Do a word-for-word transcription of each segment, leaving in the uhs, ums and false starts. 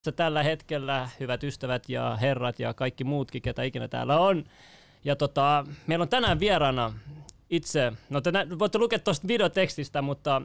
tällä hetkellä, hyvät ystävät ja herrat ja kaikki muutkin, ketä ikinä täällä on. Ja tota, meillä on tänään vieraana itse, no te voitte lukea tuosta videotekstistä, mutta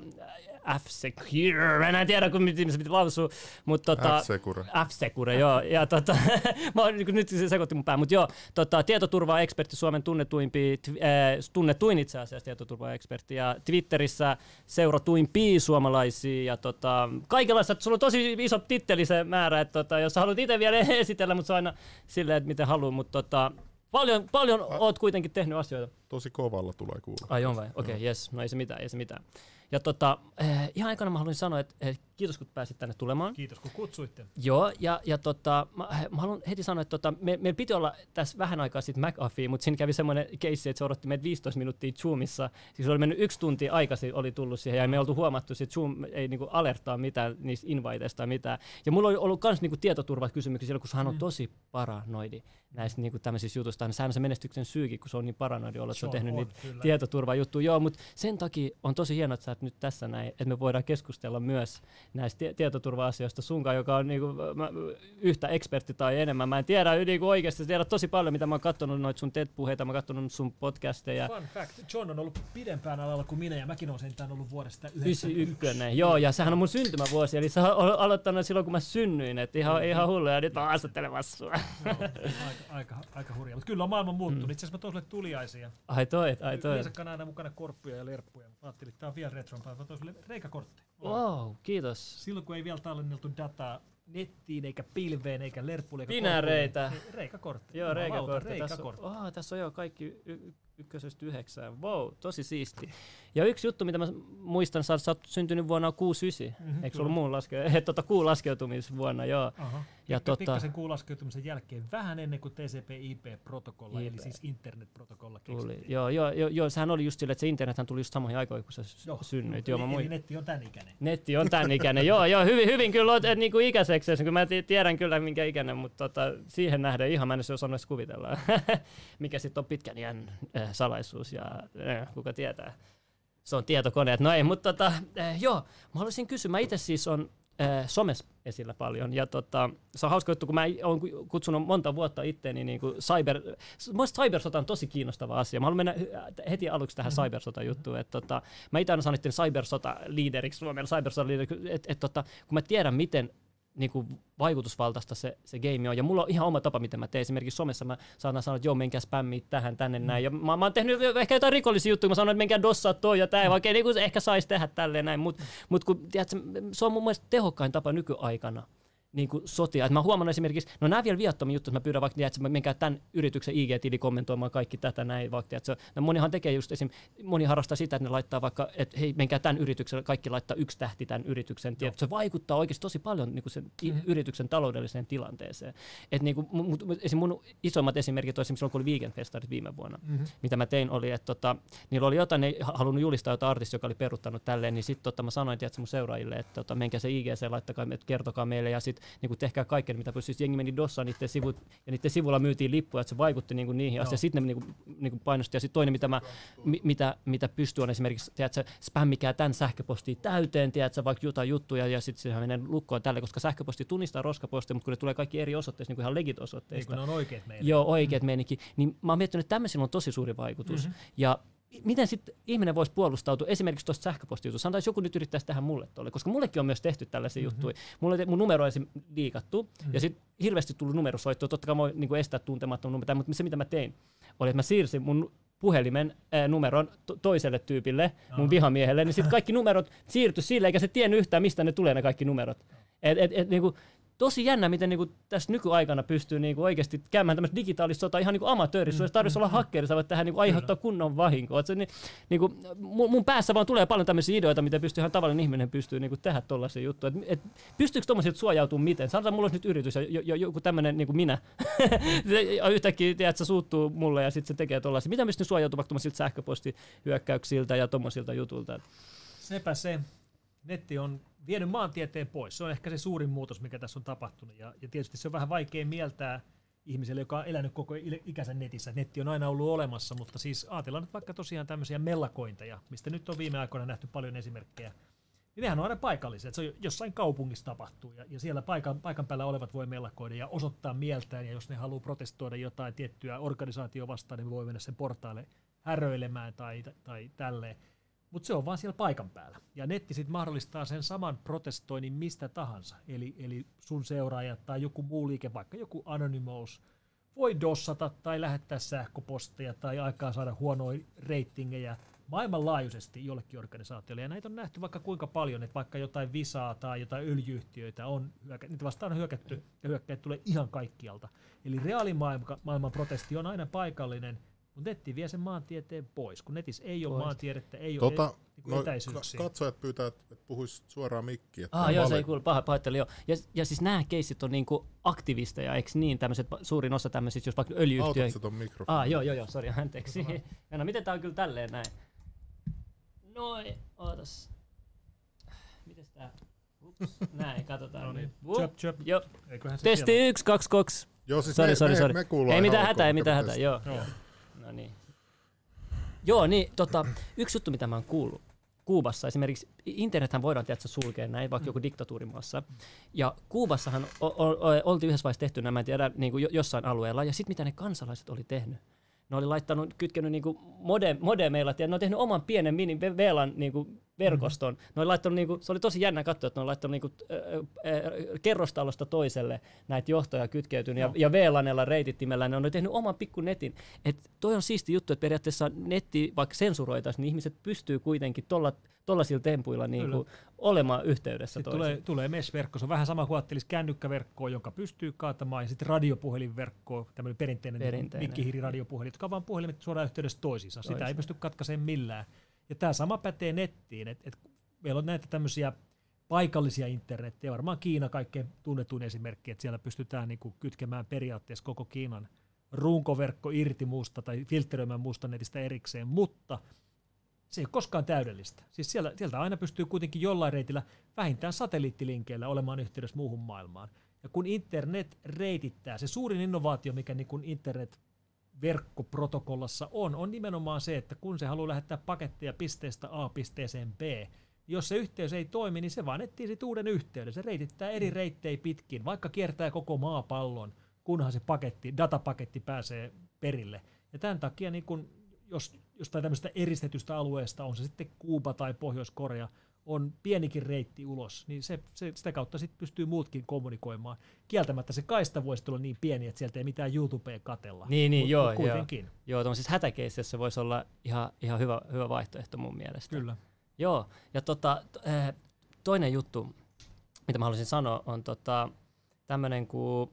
F-Secure, en tiedä, kun miten se piti lausua, mutta tota, F-Secure. F-Secure, joo, ja tota, mä oon, nyt se sekoitti mun pää, mutta joo, tota, tietoturva-ekspertti, Suomen tunnetuimpi, äh, tunnetuin itse asiassa tietoturva-ekspertti, ja Twitterissä seuratuimpia suomalaisia, ja tota, kaikenlaista, sulla on tosi iso titteli se määrä, että tota, jos sä haluat itse vielä esitellä, mutta se on aina silleen, että miten haluat, mutta tota, paljon, paljon A- oot kuitenkin tehnyt asioita. Tosi kovalla tulee kuulla. Ai on vai? Okei, okay, jes, no ei se mitään, ei se mitään. Ja tota, eh, ihan aikana mä haluaisin sanoa, että eh, kiitos kun pääsit tänne tulemaan. Kiitos kun kutsuitte. Joo, ja, ja tota, mä, mä haluan heti sanoa, että tota, me, meillä piti olla tässä vähän aikaa sitten McAfee, mutta siinä kävi semmoinen keissi, että se odotti meitä viisitoista minuuttia Zoomissa. Siis oli mennyt yksi tunti aikaisin, oli tullut siihen, ja me ei oltu huomattu, että Zoom ei niinku alertaa mitään niistä inviteista tai mitään. Ja mulla oli ollut myös niinku tietoturvakysymyksiä siellä, kun hän on mm. tosi paranoidi näistä niinku tämmöisistä jutuista. Sehän on se menestyksen syykin, kun se on niin paranoidi olla, että se on tehnyt on, niitä kyllä. tietoturvajuttuja. Joo, mutta sen takia on tosi hienoa, että sä oot nyt tässä näin, että me voidaan keskustella myös näistä tietoturva-asioista sunkaan, joka on niinku, mä, yhtä ekspertti tai enemmän. Mä en tiedä niinku oikeasti, sä tiedät tosi paljon, mitä mä oon katsonut noita sun T E D-puheita, mä oon katsonut sun podcasteja. Fun fact, John on ollut pidempään alalla kuin minä ja mäkin olen sentään ollut vuodesta yhdeksänkymmentäyksi. Joo, ja sehän on mun syntymävuosi, eli sä oot aloittanut silloin, kun mä synnyin, että ihan, mm. ihan hullu, ja nyt mä oon haastattelemassa sua. No, aika, aika, aika hurjaa, mutta kyllä on maailma muuttunut. Mm. Itse asiassa mä toin sulle tuliaisia. Ai toi, ai toi. Yleensä on aina mukana korppuja ja lerppuja, mutta ajattelin, että tää on vielä retrompaa. Mä toin sulle reikäkortti. Wow, kiitos. Silloin kun ei vielä tallenneltu dataa nettiin, eikä pilveen, eikä lerppuille, eikä binääreitä. Niin reikäkortti. Joo, reikäkortti. reikäkortti. Tässä, oh, tässä on jo kaikki y- ykkösestä yhdeksään. Wow, tosi siisti. Ja yksi juttu, mitä mä muistan, sä, sä oot syntynyt vuonna kuusikymmentäyhdeksän. Mm-hmm, eikö se ollut muun laske- tota, kuun laskeutumisvuonna? Joo. Aha. Ja tota, pikkasen kuun laskeutumisen jälkeen, vähän ennen kuin T C P I P-protokolla, eli siis internetprotokolla keksittiin. Joo, joo, joo, joo, sehän oli just sille, että se internethän tuli just samoihin aikoihin, kun sä joo, synnyit. Joo, eli, mä eli netti on tän ikäinen. Netti on tän ikäinen, joo, joo, hyvin, hyvin kyllä olet niin kuin ikäiseksi, kun mä tiedän kyllä minkä ikäinen, mutta tota, siihen nähden ihan mä en osannut edes kuvitella, mikä sitten on pitkän iän äh, salaisuus ja äh, kuka tietää. Se on tietokoneet, no ei, mutta tota, äh, joo, mä haluaisin kysyä, mä itse siis on äh, somessa esillä paljon, ja tota, se on hauska juttu, kun mä oon kutsunut monta vuotta itteeni niin kuin cyber, mielestäni cybersota on tosi kiinnostava asia, mä haluan mennä heti aluksi tähän mm-hmm. cybersota-juttuun, että tota, mä itse aina sanon itteni cybersota-liideriksi, Suomen cybersota-liideriksi, että et, tota, kun mä tiedän, miten niin kuin vaikutusvaltaista se, se game on. Ja mulla on ihan oma tapa, miten mä teen. Esimerkiksi somessa mä saatan sanoa, että joo, menkää spämmiä tähän, tänne, mm. näin. Ja mä, mä oon tehnyt ehkä jotain rikollisia juttuja. Mä sanon, että menkää dossaa toi ja tää. Mm. Vaikka niin kuin ehkä saisi tehdä tälleen näin. Mutta mut kun, tiedätkö, se on mun mielestä tehokkain tapa nykyaikana niin kuin sotia. Et mä huomannut esimerkiksi, no nämä vielä viattomia juttuja, mä pyydän vaikka, että menkää tämän yrityksen I G-tili kommentoimaan kaikki tätä näin. Vaikka, että no monihan tekee just esim. Moni harrastaa sitä, että ne laittaa vaikka, että hei, menkää tämän yrityksen, kaikki laittaa yksi tähti tämän yrityksen. No. Se vaikuttaa oikeasti tosi paljon niin kuin sen mm-hmm. yrityksen taloudelliseen tilanteeseen. Et niin kuin, mun, esim. mun isoimmat esimerkit on esimerkiksi silloin, kun oli Weekend-festarit viime vuonna. Mm-hmm. Mitä mä tein oli, että tota, niillä oli jotain, ne ei halunnut julistaa jotain artistia, joka oli peruttanut tälleen, niin sitten tota, mä sanoin tiedätkö, mun seuraajille, että tota, menkää se I G C, laittakaa, että kertokaa meille ja sitten niin tehkää kaikkea, mitä pystyy. Jengi meni dossaan niiden sivut, ja niiden sivulla myytiin lippuja, että se vaikutti niinku niihin asioihin. Sitten ne niinku, niinku painosti. Ja sitten toinen, mitä, mä, mi, mitä, mitä pystyy, on esimerkiksi, tiedätkö, spämmikää tämän sähköpostiin täyteen, tiedätkö, vaikka jotain juttuja, ja sitten sehän menee lukkoon tälle, koska sähköposti tunnistaa roskapostia, mutta kun ne tulee kaikki eri osoitteista, niin kuin ihan legit osoitteista. Niin kun ne on oikeat meininki. Joo, oikeat mm. meininki. Niin mä oon miettinyt, että tämmöisillä on tosi suuri vaikutus. Mm-hmm. Ja miten sitten ihminen voisi puolustautua esimerkiksi tuosta sähköpostijutusta? Sanotaan, jos joku nyt yrittäisi tehdä mulle tuolle, koska mullekin on myös tehty tällaisia mm-hmm. juttuja. Mulla on mun numero on esim. Liikattu, mm-hmm. ja sitten hirveästi tullut numerosoittoa. Totta kai mä voin niin kuin estää tuntemattoman numero, mutta se mitä mä tein, oli, että mä siirsin mun puhelimen ää, numeron to- toiselle tyypille, mun Aha. vihamiehelle, niin sitten kaikki numerot siirtyi sille, eikä se tiennyt yhtään, mistä ne tulee ne kaikki numerot. Et, et, et, niinku, tosi jännä, miten niinku tässä nykyaikana pystyy niinku oikeasti käymään tämmöistä digitaalista sotaa ihan niinku amatöörissä. Mm, jos tarvitsisi mm, olla hakkeri, sä voit tähän niinku aiheuttaa kunnon vahinkoa. Se, niin, niinku, mun päässä vaan tulee paljon tämmöisiä ideoita, mitä pystyy ihan tavallinen ihminen pystyy niinku tehdä tollaisia juttuja. Et, et, pystyykö tommoisilta suojautumaan miten? Sanotaan, mulla olisi nyt yritys ja jo, jo, joku tämmöinen niinku minä. Yhtäkkiä tiedät, se suuttuu mulle ja sitten se tekee tollaisia. Mitä pystyy suojautumaan vaikka tommoisilta sähköpostihyökkäyksiltä ja tommoisilta jutulta? Sepä se. Netti on vienyt maantieteen pois. Se on ehkä se suurin muutos, mikä tässä on tapahtunut. Ja, ja tietysti se on vähän vaikea mieltää ihmiselle, joka on elänyt koko ikänsä netissä. Netti on aina ollut olemassa, mutta siis ajatellaan nyt vaikka tosiaan tämmöisiä mellakointeja, mistä nyt on viime aikoina nähty paljon esimerkkejä. niin nehän on aina paikallisia. Se on jossain kaupungissa tapahtuu ja, ja siellä paikan, paikan päällä olevat voi mellakoida ja osoittaa mieltään ja jos ne haluaa protestoida jotain tiettyä organisaatio vastaan, niin voi mennä sen portaalle häröilemään tai, tai tälleen. Mutta se on vaan siellä paikan päällä. Ja netti sitten mahdollistaa sen saman protestoinnin mistä tahansa. Eli, eli sun seuraajat tai joku muu liike, vaikka joku Anonymous, voi dossata tai lähettää sähköposteja tai aikaa saada huonoja reitingejä maailmanlaajuisesti jollekin organisaatiolle. Ja näitä on nähty vaikka kuinka paljon, että vaikka jotain Visaa tai jotain öljyyhtiöitä on, niitä vastaan on hyökätty ja hyökkäät tulee ihan kaikkialta. Eli reaalimaailman protesti on aina paikallinen, mutta netti vie sen maantieteen pois, kun netissä ei ole pois. Maantiedettä, ei tota, ole ei, niin etäisyyksiä. Katsojat pyytää, että puhuisi suoraan mikkiin. Ah, joo, se ei kuulu, paha, pahoitteli, joo. Ja, ja siis nämä keissit on niinku aktivisteja, eikö niin? Tämmöset, suurin osa tämmöisistä, jos vaikka öljyyhtiö... Autatko ton mikrofonin? Ah, joo, joo, joo, sori, anteeksi. No, miten tää on kyllä tälleen näin? Noin, ootas. Mites tää? Ups, näin, katsotaan. No niin, chöp, chöp. Joo. Testi yksi, kaksi, kaksi. Joo, siis sorry, me, sorry, me, sorry. me kuullaan. Ei mitään hätää, ei mitään hätää, joo. joo. No niin. Joo, niin, tota, yksi juttu, mitä mä oon kuullut. Kuubassa esimerkiksi, internethän voidaan tietysti sulkea näin, vaikka mm. joku diktatuurimaassa. Ja Kuubassahan o- o- o- oltiin yhdessä vaiheessa tehty nämä, en tiedä, niin kuin jossain alueella. Ja sitten mitä ne kansalaiset oli tehnyt. Ne oli laittanut, kytkenyt niinku mode, modemeilla, ja ne on tehnyt oman pienen mini V LAN niinku verkoston. Mm-hmm. Ne oli laittanut, niinku, se oli tosi jännä katsoa, että ne on laittanut niinku, äh, äh, kerrostalosta toiselle näitä johtoja kytkeytynyt, no. ja, ja V LANilla reitittimellä ne on tehnyt oman pikku netin. Et toi on siisti juttu, että periaatteessa netti, vaikka sensuroitaisiin, niin ihmiset pystyy kuitenkin tolla, tollasilla tempuilla niinku olemaan yhteydessä toisiin. Tulee, tulee mesh-verkko, se on vähän sama kuin ajattelisi kännykkäverkkoa, jonka pystyy kaatamaan, ja sitten radiopuhelinverkkoa, tämmöinen perinteinen, perinteinen. mikkihiiriradiopuhelin, jotka on vaan puhelimet suoraan yhteydessä toisiinsa. Sitä Toisa. Ei pysty katkaisemaan millään. Ja tämä sama pätee nettiin, että et meillä on näitä tämmöisiä paikallisia internettejä, varmaan Kiina kaikkein tunnetuin esimerkki, että siellä pystytään niinku kytkemään periaatteessa koko Kiinan runkoverkko irti muusta tai filtteröimään muusta netistä erikseen, mutta se ei ole koskaan täydellistä. Siis siellä, sieltä aina pystyy kuitenkin jollain reitillä vähintään satelliittilinkeillä olemaan yhteydessä muuhun maailmaan. Ja kun internet reitittää, se suurin innovaatio, mikä niin kuin internet-verkkoprotokollassa on, on nimenomaan se, että kun se haluaa lähettää paketteja pisteestä A pisteeseen B, jos se yhteys ei toimi, niin se vaan etsii sit uuden yhteyden. Se reitittää eri reittejä pitkin, vaikka kiertää koko maapallon, kunhan se paketti, datapaketti pääsee perille. Ja tämän takia niin kun jos jostain tämmöistä eristetystä alueesta, on se sitten Kuuba tai Pohjois-Korea, on pienikin reitti ulos, niin se, se, sitä kautta sitten pystyy muutkin kommunikoimaan. Kieltämättä se kaista voisi olla niin pieni, että sieltä ei mitään YouTubea katella. Niin, niin mut, joo, mut kuitenkin. joo. Joo, tuollaisissa hätäkeississä se voisi olla ihan, ihan hyvä, hyvä vaihtoehto mun mielestä. Kyllä. Joo, ja tota, toinen juttu, mitä mä haluaisin sanoa, on tota, tämmöinen kuin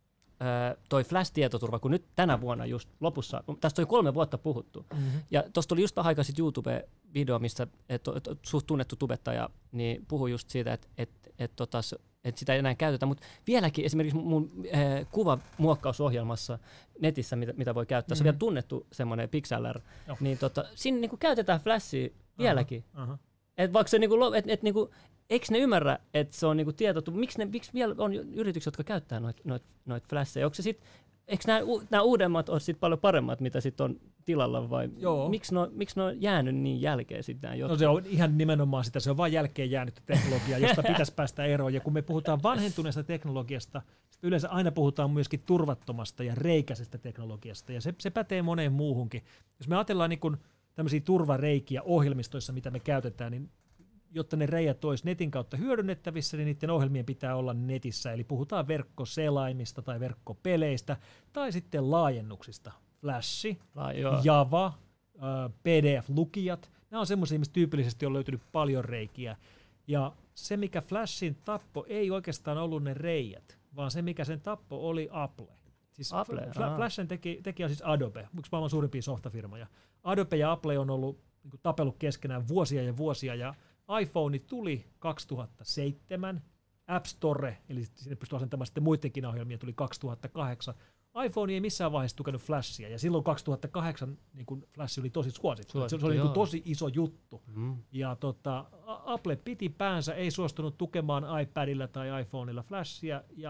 toi Flash-tietoturva, kun nyt tänä vuonna just lopussa, tästä on kolme vuotta puhuttu, mm-hmm. ja tuossa tuli just vähän aikaa YouTube-video, missä et, et, et, suht tunnettu tubettaja niin puhui just siitä, että et, et, tota, et sitä ei enää käytetä, mutta vieläkin esimerkiksi mun eh, kuvamuokkausohjelmassa netissä, mitä, mitä voi käyttää, mm-hmm. se on vielä tunnettu semmoinen Pixlr, oh. niin tota, siinä niinku käytetään Flashia vieläkin. Uh-huh. Uh-huh. Et vaikka se niinku, et, et, niinku, eikö ne ymmärrä, että se on niinku tietoturva? Miksi, ne, miksi vielä on yrityksiä, jotka käyttää noita noit, noit flasheja? Onko se sit, eikö nämä uudemmat ole sit paljon paremmat, mitä sit on tilalla, vai miksi ne, miksi ne on jäänyt niin jälkeen sitten nämä jotkut? No se on ihan nimenomaan sitä, se on vain jälkeen jäänyt teknologiaa, josta pitäisi päästä eroon. Ja kun me puhutaan vanhentuneesta teknologiasta, yleensä aina puhutaan myöskin turvattomasta ja reikäisestä teknologiasta, ja se, se pätee moneen muuhunkin. Jos me ajatellaan niin kun tämmöisiä turvareikiä ohjelmistoissa, mitä me käytetään, niin jotta ne reijät olisi netin kautta hyödynnettävissä, niin niiden ohjelmien pitää olla netissä. Eli puhutaan verkkoselaimista tai verkkopeleistä tai sitten laajennuksista. Flash, Java, P D F-lukijat. Nämä on semmoisia, mistä tyypillisesti on löytynyt paljon reikiä. Ja se, mikä Flashin tappo, ei oikeastaan ollut ne reijät, vaan se, mikä sen tappo, oli Apple. Siis Apple, Fl- Flashin teki, tekijä on siis Adobe, yksi maailman suurimpia softafirmoja. Adobe ja Apple on ollut niin kuin tapellut keskenään vuosia ja vuosia, ja iPhone tuli kaksituhattaseitsemän, App Store, eli sinne pystyy asentamaan sitten muidenkin ohjelmia, tuli kaksituhattakahdeksan. iPhone ei missään vaiheessa tukenut Flashia, ja silloin kaksituhattakahdeksan niin kun Flash oli tosi suosittu. Suosittu se oli niin tosi iso juttu. Mm. Ja tota, Apple piti päänsä, ei suostunut tukemaan iPadilla tai iPhoneilla Flashia, ja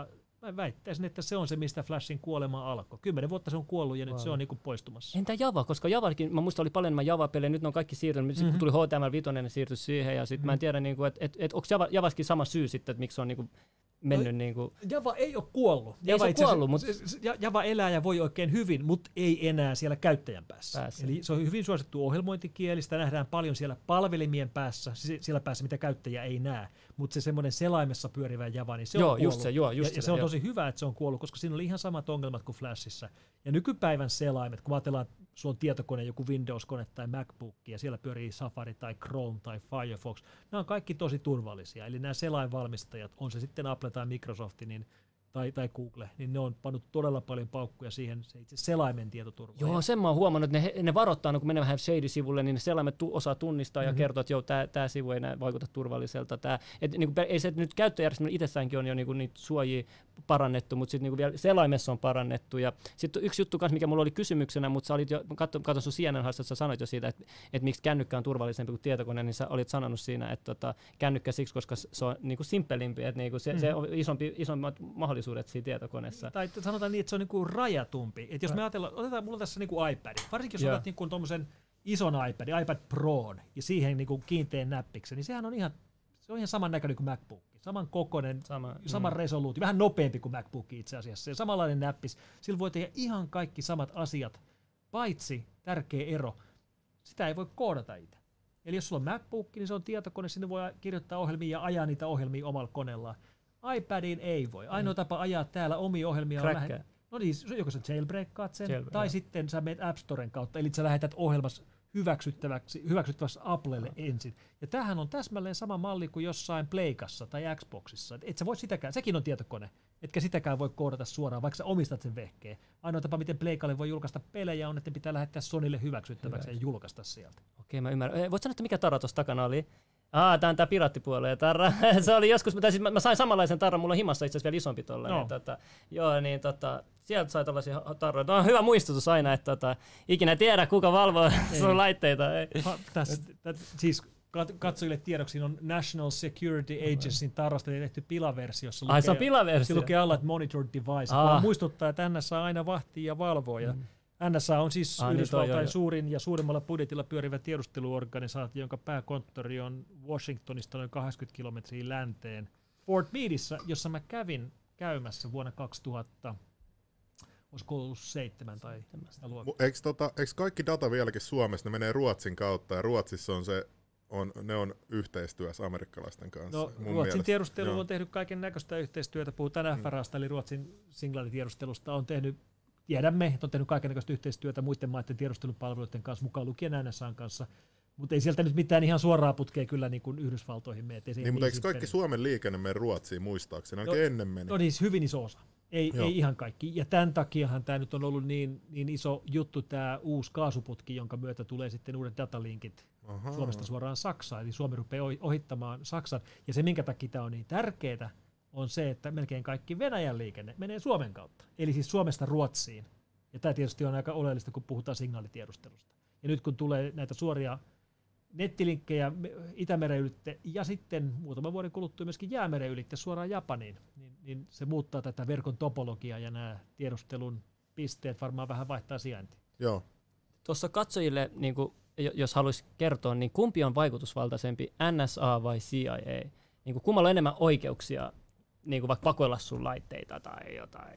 mä väittäisin, että se on se, mistä Flashin kuolema alkoi. Kymmenen vuotta se on kuollut ja wow. nyt se on niin kuin poistumassa. Entä Java? Koska Javakin, mä muistan, oli paljon enemmän Java-pelejä, nyt ne on kaikki siirtynyt. Sitten mm-hmm. kun tuli H T M L viisi, ne siirtyi siihen. Ja sitten mm-hmm. mä en tiedä, niin kuin, että et, et, onko Java, Javaskin sama syy sitten, että miksi se on niin kuin mennyt. No, niin kuin... Java ei ole kuollut. Ei Java, se kuollut, mutta... Java elää ja voi oikein hyvin, mutta ei enää siellä käyttäjän päässä. päässä. Eli se on hyvin suosittu ohjelmointikieli, sitä nähdään paljon siellä palvelimien päässä, siellä päässä, mitä käyttäjä ei näe. Mutta se semmoinen selaimessa pyörivä Java, niin se joo, on kuollut. Just se, joo, just ja, se, ja se on joo. tosi hyvä, että se on kuollut, koska siinä oli ihan samat ongelmat kuin Flashissa. Ja nykypäivän selaimet, kun ajatellaan, että sulla on tietokone, joku Windows-kone tai MacBook, ja siellä pyörii Safari tai Chrome tai Firefox, nämä on kaikki tosi turvallisia. Eli nämä selainvalmistajat, on se sitten Apple tai Microsoft, niin Tai, tai Google, niin ne on pannut todella paljon paukkuja siihen se itse selaimen tietoturvaan. Joo, sen mä oon huomannut, että ne, ne varoittaa, no kun menee vähän Shady-sivulle, niin ne selaimet tu, osaa tunnistaa mm-hmm. ja kertoa, että joo, tämä sivu ei näin vaikuta turvalliselta. Tää, et, niin kuin, ei se nyt käyttöjärjestelmä itsessäänkin on jo niin kuin, niitä suojia parannettu, mutta sitten niin vielä selaimessa on parannettu. Ja sitten yksi juttu kanssa, mikä mulla oli kysymyksenä, mutta sä olit jo, katson, katson sun C N N-haastattelussa, että sä sanoit jo siitä, että, että miksi kännykkä on turvallisempi kuin tietokone, niin sä olit sanonut siinä, että tota, kännykkä siksi, koska se on niin kuin simpelimpi, että niin kuin se, mm-hmm. se on isompi, isommat mahdollisuudet siinä tietokoneessa. Tai sanotaan niin, että se on niinku rajatumpi. Et jos me ajatellaan, otetaan mulla tässä niinku iPad, varsinkin jos yeah. otat niinku tommosen ison iPadin, iPad Proon, ja siihen niinku kiinteän näppiksen, niin sehän on ihan, se on ihan saman näköinen kuin MacBook. Saman kokoinen, Sama, saman mm. resoluutio, vähän nopeampi kuin MacBook itse asiassa. Ja samanlainen näppis. Sillä voi tehdä ihan kaikki samat asiat, paitsi tärkeä ero. Sitä ei voi koodata itse. Eli jos sulla on MacBook, niin se on tietokone, sinne voi kirjoittaa ohjelmia ja ajaa niitä ohjelmia omalla koneellaan. iPadiin ei voi. Ainoa mm. tapa ajaa täällä omia ohjelmia on lähe... No niin, joko sä jailbreakkaat sen, Jailbreak, tai joo. sitten sä menet App Storen kautta, eli sä lähetät ohjelmassa hyväksyttäväksi, hyväksyttäväksi Applelle no. ensin. Ja tämähän on täsmälleen sama malli kuin jossain Pleikassa tai Xboxissa. Et sä voi sitäkään, sekin on tietokone, etkä sitäkään voi koodata suoraan, vaikka sä omistat sen vehkeen. Ainoa tapa, miten Pleikalle voi julkaista pelejä, on, että ne pitää lähettää Sonylle hyväksyttäväksi Hyvä. ja julkaista sieltä. Okei, mä ymmärrän. Voit sanoa, että mikä tarra tuossa takana oli? Ah, tää on tää piraattipuolue tarra. Se oli joskus, tai siis mä, mä sain samanlaisen tarran, mulla on himassa itse asiassa vielä isompi tolla. No. Niin, tota, joo, niin tota, sieltä sai tällaisia tarroja. Tämä on hyvä muistutus aina, että tota, ikinä tiedä, kuka valvoo sun laitteita. Ei. Ha, täs, täs, siis katsojille tiedoksi on National Security Agencyn tarrasta tehty pilaversiossa. Ai, se on pilaversio? Se lukee alla, että monitor device. Ah. Muistuttaa, että N S A aina vahtii ja valvoo. Ja mm. N S A on siis ah, Yhdysvaltain niin suurin ja suurimmalla budjetilla pyörivä tiedusteluorganisaatio, jonka pääkonttori on Washingtonista noin kahdeksankymmentä kilometriä länteen. Fort Meadissä, jossa mä kävin käymässä vuonna kaksituhatta, olisiko ollut seitsemän tai sitä luokkaa. Eikö, tota, eikö kaikki data vieläkin Suomessa, ne menee Ruotsin kautta ja Ruotsissa on se, on, ne on yhteistyössä amerikkalaisten kanssa? No, Ruotsin mielestä. Tiedustelu Joo. on tehnyt kaiken näköistä yhteistyötä, puhutaan F R A:sta, eli Ruotsin signalitiedustelusta on tehnyt. Tiedämme, että on tehnyt kaikenlaista yhteistyötä muiden maiden tiedustelupalveluiden kanssa, mukaan lukien N S A:n kanssa, mutta ei sieltä nyt mitään ihan suoraa putkea kyllä niin kuin Yhdysvaltoihin mene. Niin, mutta eikö kaikki perin. Suomen liikenne mene Ruotsiin muistaakseni? Ainakin no, ennen meni. No niin, hyvin iso osa. Ei, ei ihan kaikki. Ja tämän takiahan tämä nyt on ollut niin, niin iso juttu, tämä uusi kaasuputki, jonka myötä tulee sitten uudet datalinkit Aha. Suomesta suoraan Saksaan. Eli Suomi rupeaa ohittamaan Saksan. Ja se, minkä takia tämä on niin tärkeää, on se, että melkein kaikki Venäjän liikenne menee Suomen kautta. Eli siis Suomesta Ruotsiin. Ja tämä tietysti on aika oleellista, kun puhutaan signaalitiedustelusta. Ja nyt kun tulee näitä suoria nettilinkkejä Itämeren ylitte ja sitten muutaman vuoden kuluttua myöskin Jäämeren ylitte suoraan Japaniin, niin, niin se muuttaa tätä verkon topologiaa ja nämä tiedustelun pisteet varmaan vähän vaihtaa sijaintia. Joo. Tuossa katsojille, niin kuin, jos haluaisi kertoa, niin kumpi on vaikutusvaltaisempi, N S A vai C I A? Niin kuin, kummalla on enemmän oikeuksia niin kuin vaikka pakoilla sun laitteita tai jotain?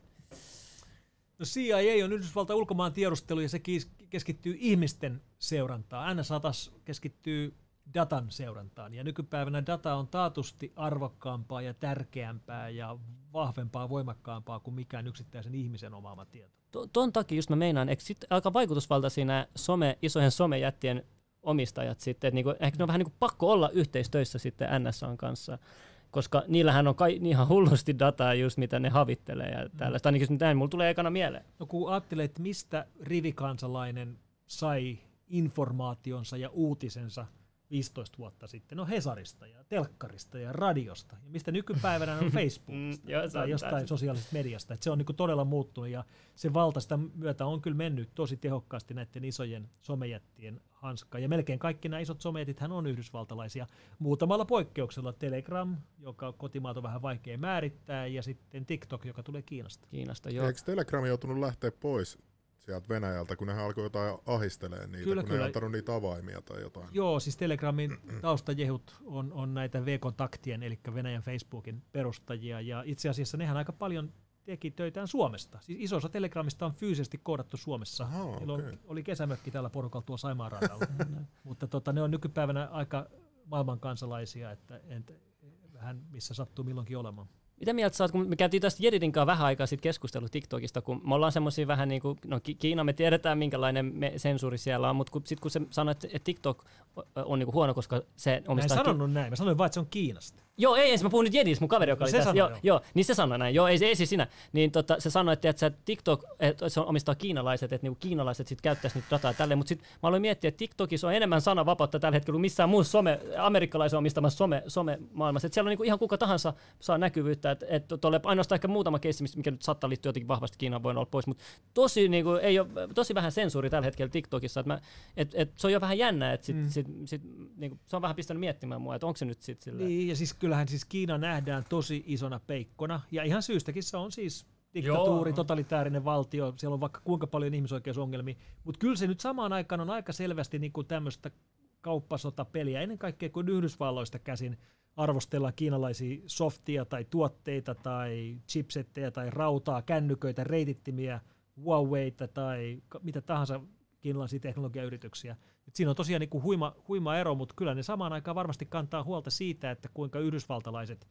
No C I A on Yhdysvaltain ulkomaan tiedustelu ja se keskittyy ihmisten seurantaan. N S A taas keskittyy datan seurantaan. Ja nykypäivänä data on taatusti arvokkaampaa ja tärkeämpää ja vahvempaa, voimakkaampaa kuin mikään yksittäisen ihmisen omaama tieto. Tuon takia just mä meinaan, eikö sitten aika vaikutusvaltaisia nämä some, isojen somejättien omistajat sitten, että niinku, ehkä ne on vähän niinku pakko olla yhteistöissä sitten N S A:n kanssa, koska niillähän on kai, ihan hullusti dataa just mitä ne havittelee ja tällaista. Ainakin näin mulla tulee ekana mieleen. No kun ajattelee, että mistä rivikansalainen sai informaationsa ja uutisensa viisitoista vuotta sitten, no Hesarista ja telkkarista ja radiosta, ja mistä nykypäivänä on Facebookista mm, tai jostain täysin. Sosiaalisesta mediasta. Että se on niinku todella muuttunut ja se valta sitä myötä on kyllä mennyt tosi tehokkaasti näiden isojen somejättien hanskaa. Ja melkein kaikki nämä isot someetithän on yhdysvaltalaisia. Muutamalla poikkeuksella Telegram, joka kotimaat on vähän vaikea määrittää, ja sitten TikTok, joka tulee Kiinasta. Kiinasta, joo. Eikö Telegram joutunut lähteä pois sieltä Venäjältä, kun nehän alkoi jotain ahistelemaan niitä, kyllä, kun kyllä. ne ei antanut niitä avaimia tai jotain? Joo, siis Telegramin taustajehut on, on näitä V-kontaktien, eli Venäjän Facebookin perustajia, ja itse asiassa nehän aika paljon teki töitään Suomesta. Siis iso osa Telegramista on fyysisesti koodattu Suomessa. Aha, okay. Oli kesämökki tällä porukalla tuolla Saimaan radalla. Mutta tota, ne on nykypäivänä aika maailman kansalaisia, että et, vähän missä sattuu milloinkin olemaan. Mitä mieltä sä oot, kun me käytiin tästä Jedidin kanssa vähän aikaa sitten keskustelua TikTokista, kun me ollaan semmoisia vähän niin kuin, no Kiina me tiedetään minkälainen me sensuuri siellä on, mutta kun, sitten kun se sanoi, että TikTok on niin kuin huono, koska se omistaa... Mä en sanonut ki- näin, mä sanoin vaan, että se on Kiinasta. Joo, ei, ensin mä puhun nyt Jedistä, mun kaveri, joka oli se tässä. Sanoi, joo, joo. joo, niin se sanoi näin. Joo, ei, ei siis sinä. Niin tota, se sanoi, että, että TikTok, että se omistaa kiinalaiset, että niinku kiinalaiset sitten käyttäisi niitä dataa tälleen, mutta sitten mä aloin miettiä, että TikTokissa on enemmän sananvapautta tällä hetkellä kuin missään muussa some, amerikkalaisen omistamassa some, some-maailmassa. Että siellä on niinku ihan kuka tahansa saa näkyvyyttä, että et, tuolle ainoastaan ehkä muutama keissi, mikä nyt saattaa liittyä jotenkin vahvasti Kiinaan, voi olla pois, mutta tosi, niinku, ei ole, tosi vähän sensuuri tällä hetkellä TikTokissa. Että mä, et, et, se on jo vähän jännä, että sit, mm. sit, sit, niinku, se on vähän pistänyt miettimään mua, että onko se nyt sitten silleen. Niin, ja siis kyllähän siis Kiina nähdään tosi isona peikkona, ja ihan syystäkin se on siis diktatuuri, Joo. totalitäärinen valtio, siellä on vaikka kuinka paljon ihmisoikeusongelmia, mutta kyllä se nyt samaan aikaan on aika selvästi niin kuin tämmöistä kauppasotapeliä, ennen kaikkea kuin Yhdysvalloista käsin arvostellaan kiinalaisia softia tai tuotteita tai chipsetteja tai rautaa, kännyköitä, reitittimiä, Huaweita tai mitä tahansa kiinalaisia teknologiayrityksiä. Et siinä on tosiaan niin kuin huima, huima ero, mutta kyllä ne samaan aikaan varmasti kantaa huolta siitä, että kuinka yhdysvaltalaiset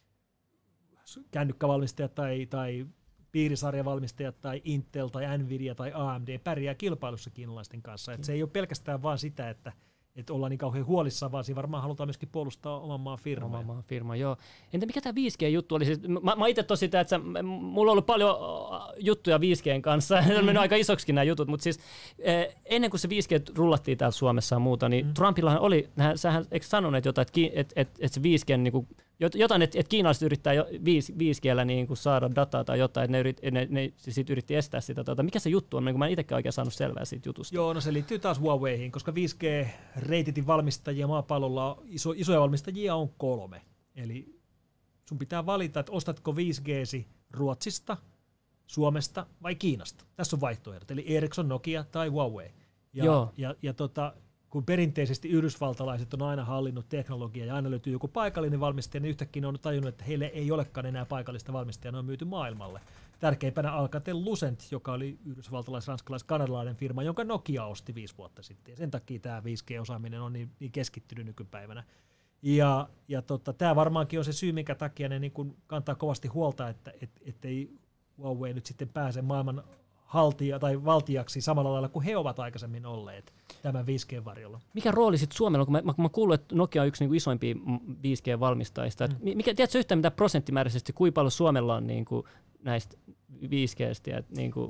kännykkävalmistajat tai, tai piirisarjavalmistajat tai Intel tai Nvidia tai A M D pärjää kilpailussa kiinalaisten kanssa. Et se ei ole pelkästään vaan sitä, että että ollaan niin kauhean huolissaan, vaan siinä varmaan halutaan myöskin puolustaa oman maan firmaa. Oman maan firma, joo. Entä mikä tämä viisi G-juttu oli? Siis, mä, mä itse tosi sitä, että sä, mulla on ollut paljon juttuja viisi G:n kanssa, mm. on mennyt aika isoksikin nämä jutut, mutta siis eh, ennen kuin se viisi G rullattiin täällä Suomessa ja muuta, niin mm. Trumpillahan oli, sähän eikö sanoneet jotain, että et, et, et se viisi G, niin kuin, jotain, että et kiinalaiset yrittää jo viisi G:llä niin kuin saada dataa tai jotain, että ne, yrit, ne, ne sit yritti estää sitä. Tota. Mikä se juttu on, kun mä en itsekään oikein saanut selvää siitä jutusta? Joo, no se liittyy taas Huaweihin, koska viisi G-reititin valmistajia maapallolla, iso, isoja valmistajia on kolme. Eli sun pitää valita, että ostatko viisi G:si Ruotsista, Suomesta vai Kiinasta. Tässä on vaihtoehdot, eli Ericsson, Nokia tai Huawei. Ja, Joo. ja, ja tota, kun perinteisesti yhdysvaltalaiset on aina hallinnut teknologiaa ja aina löytyy joku paikallinen valmistaja, niin yhtäkkiä ne on tajunnut, että heille ei olekaan enää paikallista valmistajaa, ne on myyty maailmalle. Tärkeimpänä Alcatel-Lucent, joka oli yhdysvaltalais, ranskalais, kanadalainen firma, jonka Nokia osti viisi vuotta sitten. Ja sen takia tämä viisi G-osaaminen on niin, niin keskittynyt nykypäivänä. Ja, ja tota, tämä varmaankin on se syy, minkä takia ne niin kun kantaa kovasti huolta, että et, ettei Huawei nyt sitten pääse maailman haltija tai valtiaksi samalla lailla kuin he ovat aikaisemmin olleet tämän viisi G-varjolla. Mikä rooli sitten Suomella on, kun mä, mä, mä kuullut, että Nokia on yksi niinku isoimpia viisi G-valmistajista. Mm. Mikä, tiedätkö yhtään mitä prosenttimääräisesti, kuinka paljon Suomella on niinku näistä viisi G:stä? Niinku...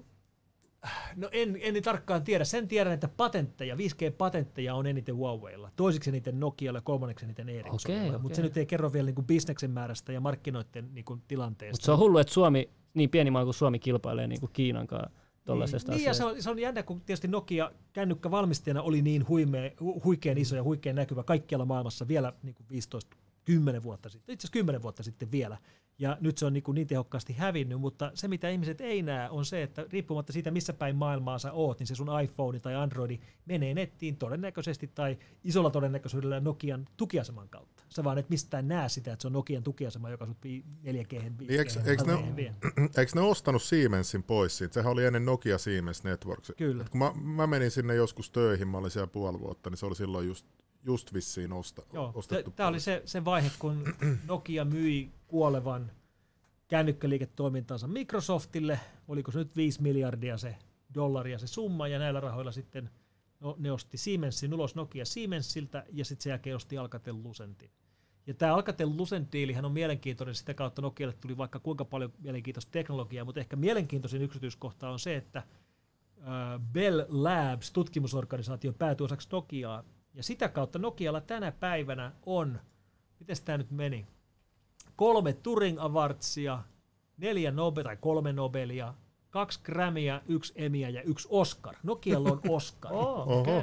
No en, en tarkkaan tiedä. Sen tiedän, että patentteja, viisi G-patentteja on eniten Huaweilla. Toisiksi eniten Nokialla ja kolmanneksi eniten Ericssonilla. Okay, mutta okay. se nyt ei kerro vielä niinku bisneksen määrästä ja markkinoiden niinku tilanteesta. Mutta se on hullu, että Suomi, niin pieni maa kuin Suomi kilpailee niinku Kiinan kanssa. Niin, niin ja se on, se on jännä, kun tietysti Nokia kännykkävalmistajana oli niin huimea, huikean iso ja huikean näkyvä kaikkialla maailmassa vielä niin kuin viisitoista kymmenen vuotta sitten, itse asiassa kymmenen vuotta sitten vielä. Ja nyt se on niin, kuin niin tehokkaasti hävinnyt, mutta se mitä ihmiset ei näe on se, että riippumatta siitä missä päin maailmaa sä oot, niin se sun iPhone tai Androidi menee nettiin todennäköisesti tai isolla todennäköisyydellä Nokian tukiaseman kautta. Sä vaan et mistään näe sitä, että se on Nokian tukiasema, joka sut neljä G hen niin eikö, eikö, ne, eikö ne ostanut Siemensin pois siitä? Sehän oli ennen Nokia Siemens Networks. Kyllä. Et kun mä, mä menin sinne joskus töihin, mä olin siellä puoli vuotta, niin se oli silloin just Just vissiin osta, Joo, ostettu. Tämä oli se, se vaihe, kun Nokia myi kuolevan kännykkäliiketoimintansa Microsoftille. Oliko se nyt viisi miljardia se dollaria se summa, ja näillä rahoilla sitten no, ne osti Siemensin ulos Nokia Siemensiltä, ja sitten sen jälkeen osti Alcatel-Lucentin. Ja tämä Alcatel-Lucent-diilihän on mielenkiintoinen, sitä kautta Nokialle tuli vaikka kuinka paljon mielenkiintoista teknologiaa, mutta ehkä mielenkiintoisin yksityiskohta on se, että äh, Bell Labs, tutkimusorganisaatio, päätyi osaksi Nokiaa. Ja sitä kautta Nokialla tänä päivänä on, miten tämä nyt meni, kolme Turing Awardsia, neljä Nobel, tai kolme Nobelia, kaksi Grammyä, yksi Emmyä ja yksi Oscar. Nokialla on Oscar. Oh, okay.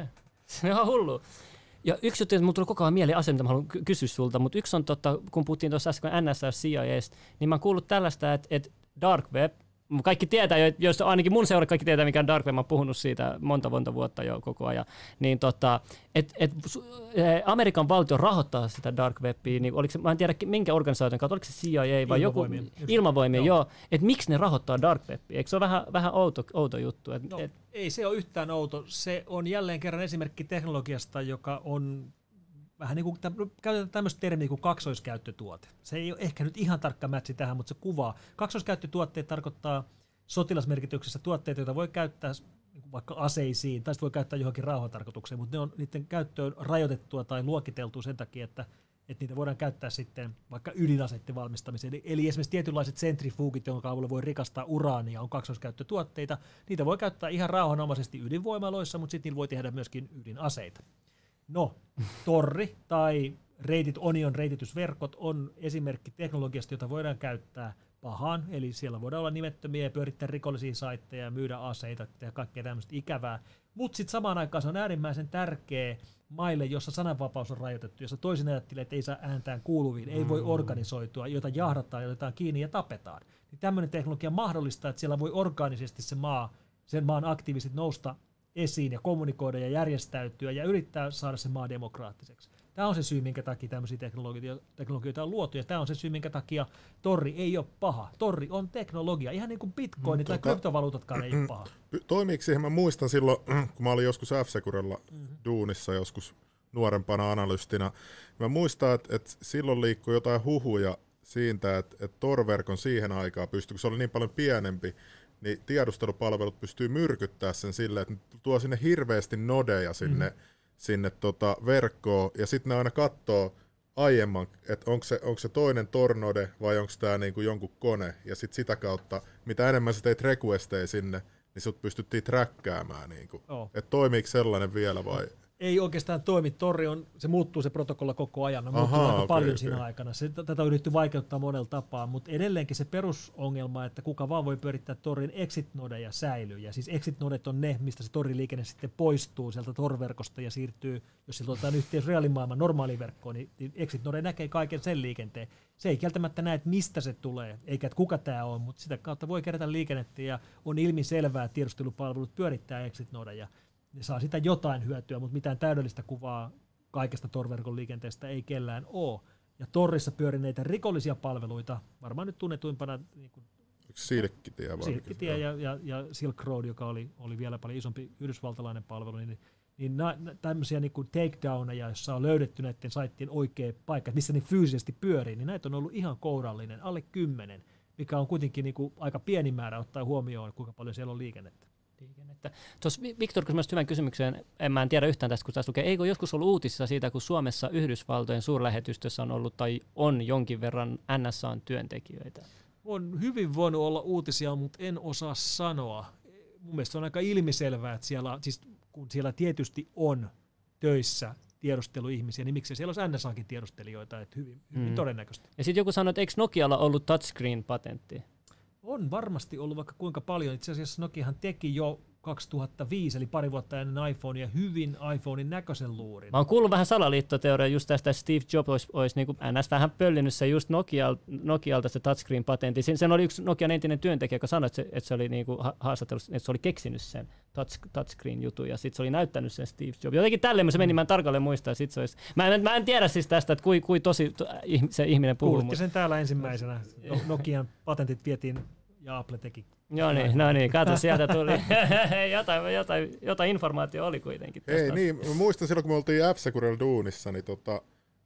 Se on ihan hullu. Ja yksi juttu, että mulla tulee koko ajan mieleen asia, mitä mä haluan kysyä sulta, mutta yksi on, totta, kun puhuttiin tuossa äsken N S A, C I A:sta, niin mä oon kuullut tällaista, että, että dark web, kaikki tietää, jos ainakin mun seura kaikki tietää, mikä on dark web, mä oon puhunut siitä monta monta vuotta jo koko ajan, niin tota, että et, Amerikan valtio rahoittaa sitä dark webia, niin oliko se, mä en tiedä minkä organisaation kautta, oliko se C I A vai joku ilmavoimia, joo, joo että miksi ne rahoittaa dark webia, eikö se ole vähän, vähän outo, outo juttu? Et, no, et, ei se ole yhtään outo, se on jälleen kerran esimerkki teknologiasta, joka on vähän niin kuin, käytetään tämmöistä termiä kuin kaksoiskäyttötuote. Se ei ole ehkä nyt ihan tarkka mätsi tähän, mutta se kuvaa. Kaksoiskäyttötuotteet tarkoittaa sotilasmerkityksessä tuotteita, joita voi käyttää vaikka aseisiin, tai sitten voi käyttää johonkin rauhantarkoitukseen, mutta ne on, niiden käyttö on rajoitettua tai luokiteltua sen takia, että, että niitä voidaan käyttää sitten vaikka ydinaseiden valmistamiseen. Eli, eli esimerkiksi tietynlaiset sentrifugit, jonka avulla voi rikastaa uraania, on kaksoiskäyttötuotteita. Niitä voi käyttää ihan rauhanomaisesti ydinvoimaloissa, mutta sitten niillä voi tehdä myöskin ydinaseita. No, torri tai reitit, onion reititysverkot on esimerkki teknologiasta, jota voidaan käyttää pahaan, eli siellä voidaan olla nimettömiä ja pyörittää rikollisia saitteja, myydä aseita ja kaikkea tämmöistä ikävää. Mutta sitten samaan aikaan se on äärimmäisen tärkeä maille, jossa sananvapaus on rajoitettu, jossa toisin ajattelee, että ei saa ääntään kuuluviin, ei voi organisoitua, jota jahdataan ja otetaan kiinni ja tapetaan. Niin tämmöinen teknologia mahdollistaa, että siellä voi orgaanisesti se maa, sen maan aktiiviset nousta esiin ja kommunikoida ja järjestäytyä ja yrittää saada se maa demokraattiseksi. Tämä on se syy, minkä takia tämmöisiä teknologioita on luotu, ja tämä on se syy, minkä takia torri ei ole paha. Torri on teknologia, ihan niin kuin bitcoin mm, tai tota, kryptovaluutatkaan ei ole paha. Toimiiko siihen? Mä muistan silloin, kun mä olin joskus F-Securella mm-hmm. duunissa joskus nuorempana analystina, mä muistan, että, että silloin liikkui jotain huhuja siitä, että, että Tor-verkon siihen aikaan pystyi, kun se oli niin paljon pienempi, niin tiedustelupalvelut pystyy myrkyttämään sen silleen, että ne tuo sinne hirveästi nodeja sinne, mm. sinne tota verkkoon, ja sitten ne aina katsoo aiemman, että onko se, onko se toinen Tor-node vai onko tämä niinku jonkun kone, ja sitten sitä kautta, mitä enemmän sä teit requesteja sinne, niin sut pystyttiin träkkäämään. Niinku. Oh. Että toimiiko sellainen vielä vai? Ei oikeastaan toimi. Torri on, se muuttuu se protokolla koko ajan, on muuttunut aika okay, paljon okay. siinä aikana. Se, tätä on yritetty vaikeuttaa monella tapaa, mutta edelleenkin se perusongelma, että kuka vaan voi pyörittää Torin exit-nodeja säilyy. Ja siis exit-nodet on ne, mistä se Tor-liikenne sitten poistuu sieltä Tor-verkosta ja siirtyy, jos sillä otetaan yhteys reaalimaailman normaaliin verkkoon, niin, niin exit-node näkee kaiken sen liikenteen. Se ei kieltämättä näe, että mistä se tulee, eikä että kuka tämä on, mutta sitä kautta voi kerätä liikennettä ja on ilmiselvää, että tiedustelupalvelut pyörittää exit-nodeja. Ne saa sitä jotain hyötyä, mutta mitään täydellistä kuvaa kaikesta Tor-verkon liikenteestä ei kellään ole. Ja Torissa pyörineitä rikollisia palveluita, varmaan nyt tunnetuimpana niin kuin Silkkitie, Silkkitie ja, ja, ja Silk Road, joka oli, oli vielä paljon isompi yhdysvaltalainen palvelu, niin, niin na, tämmöisiä niin kuin takedowneja, joissa on löydetty näiden saittien oikea paikka, missä ne fyysisesti pyörii, niin näitä on ollut ihan kourallinen, alle kymmenen, mikä on kuitenkin niin kuin aika pieni määrä ottaa huomioon, kuinka paljon siellä on liikennettä. liikennettä. Tuossa Viktor kysyi hyvän kysymyksen, en mä en tiedä yhtään tästä, kun tässä lukee, eikö joskus ollut uutisissa siitä, kun Suomessa Yhdysvaltojen suurlähetystössä on ollut tai on jonkin verran N S A:n työntekijöitä? On hyvin voinut olla uutisia, mutta en osaa sanoa. Mun mielestä on aika ilmiselvää, että siellä, siis kun siellä tietysti on töissä tiedusteluihmisiä, niin miksi siellä olisi N S A:nkin tiedustelijoita, että hyvin, hyvin mm. todennäköisesti. Ja sitten joku sanoi, että eikö Nokialla ollut touchscreen-patentti? On varmasti ollut vaikka kuinka paljon. Itse asiassa Nokiahan teki jo kaksituhattaviisi, eli pari vuotta ennen iPhonea, hyvin iPhonein näköisen luurin. Mä oon kuullut vähän salaliittoteoriaa just tästä, että Steve Jobs olisi, olisi niin kuin N S vähän pöllinyt se just Nokialta, Nokialta se touchscreen-patentti. Sen, sen oli yksi Nokian entinen työntekijä, joka sanoi, että se, että se oli niin kuin haastatellut, että se oli keksinyt sen touch, touchscreen-jutun, ja sitten se oli näyttänyt sen Steve Jobs. Jotenkin tälleen se meni, mä en tarkalleen muista, ja sit se olisi... Mä en, mä en tiedä siis tästä, että kui, kui tosi to, se ihminen puhuu. Kuulitte sen täällä ensimmäisenä. No, Nokian patentit vietiin ja Apple teki. Joo niin, no niin, kato, sieltä tuli. jotain, jotain, jotain informaatiota oli kuitenkin. Ei niin, mä muistan silloin, kun me oltiin F-Securella duunissa, niin tota,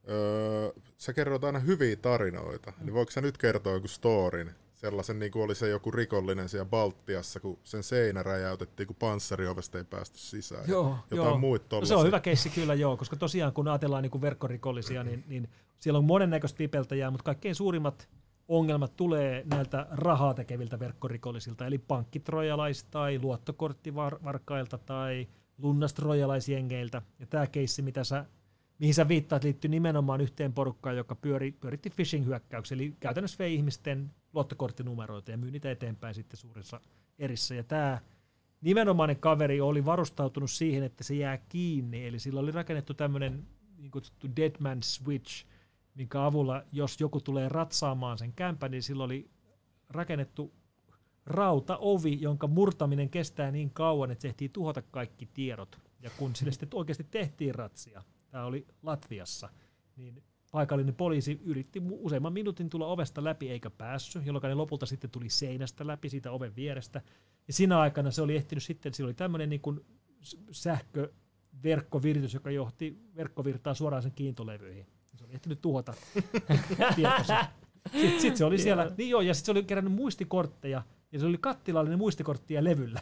öö, sä kerroit aina hyviä tarinoita. Mm. Niin voiko sä nyt kertoa joku storin? Sellaisen niin kuin oli se joku rikollinen siellä Baltiassa, kun sen seinä räjäytettiin, kun panssariovesta ei päästy sisään. Joo, jotain joo. muita no se on hyvä keissi kyllä joo, koska tosiaan kun ajatellaan niin kuin verkkorikollisia, niin, niin siellä on monennäköistä vipeltäjää, mutta kaikkein suurimmat ongelmat tulee näiltä rahaa tekeviltä verkkorikollisilta, eli pankkitrojalais- tai luottokorttivarkailta tai lunnastrojalaisjengeiltä. Ja tämä keissi, mitä sä, mihin sä viittaat, liittyy nimenomaan yhteen porukkaan, joka pyöri, pyöritti phishing-hyökkäyksiä, eli käytännössä vei ihmisten luottokorttinumeroita ja myy niitä eteenpäin sitten suurissa erissä. Ja tämä nimenomainen kaveri oli varustautunut siihen, että se jää kiinni, eli sillä oli rakennettu tämmöinen niin kutsuttu dead man switch, minkä avulla, jos joku tulee ratsaamaan sen kämpän, niin sillä oli rakennettu rautaovi, jonka murtaminen kestää niin kauan, että se ehtii tuhota kaikki tiedot. Ja kun sille sitten oikeasti tehtiin ratsia, tämä oli Latviassa, niin paikallinen poliisi yritti useamman minuutin tulla ovesta läpi eikä päässyt, jolloin ne lopulta sitten tuli seinästä läpi siitä oven vierestä. Ja siinä aikana se oli ehtinyt sitten, sillä oli tämmöinen niin kuin sähköverkkoviritys, joka johti verkkovirtaa suoraan sen kiintolevyihin. Se oli ehtinyt tuhota tietoisen. Sitten sit se oli siellä, niin joo, ja sitten se oli kerännyt muistikortteja, ja se oli kattilallinen muistikorttia levyllä.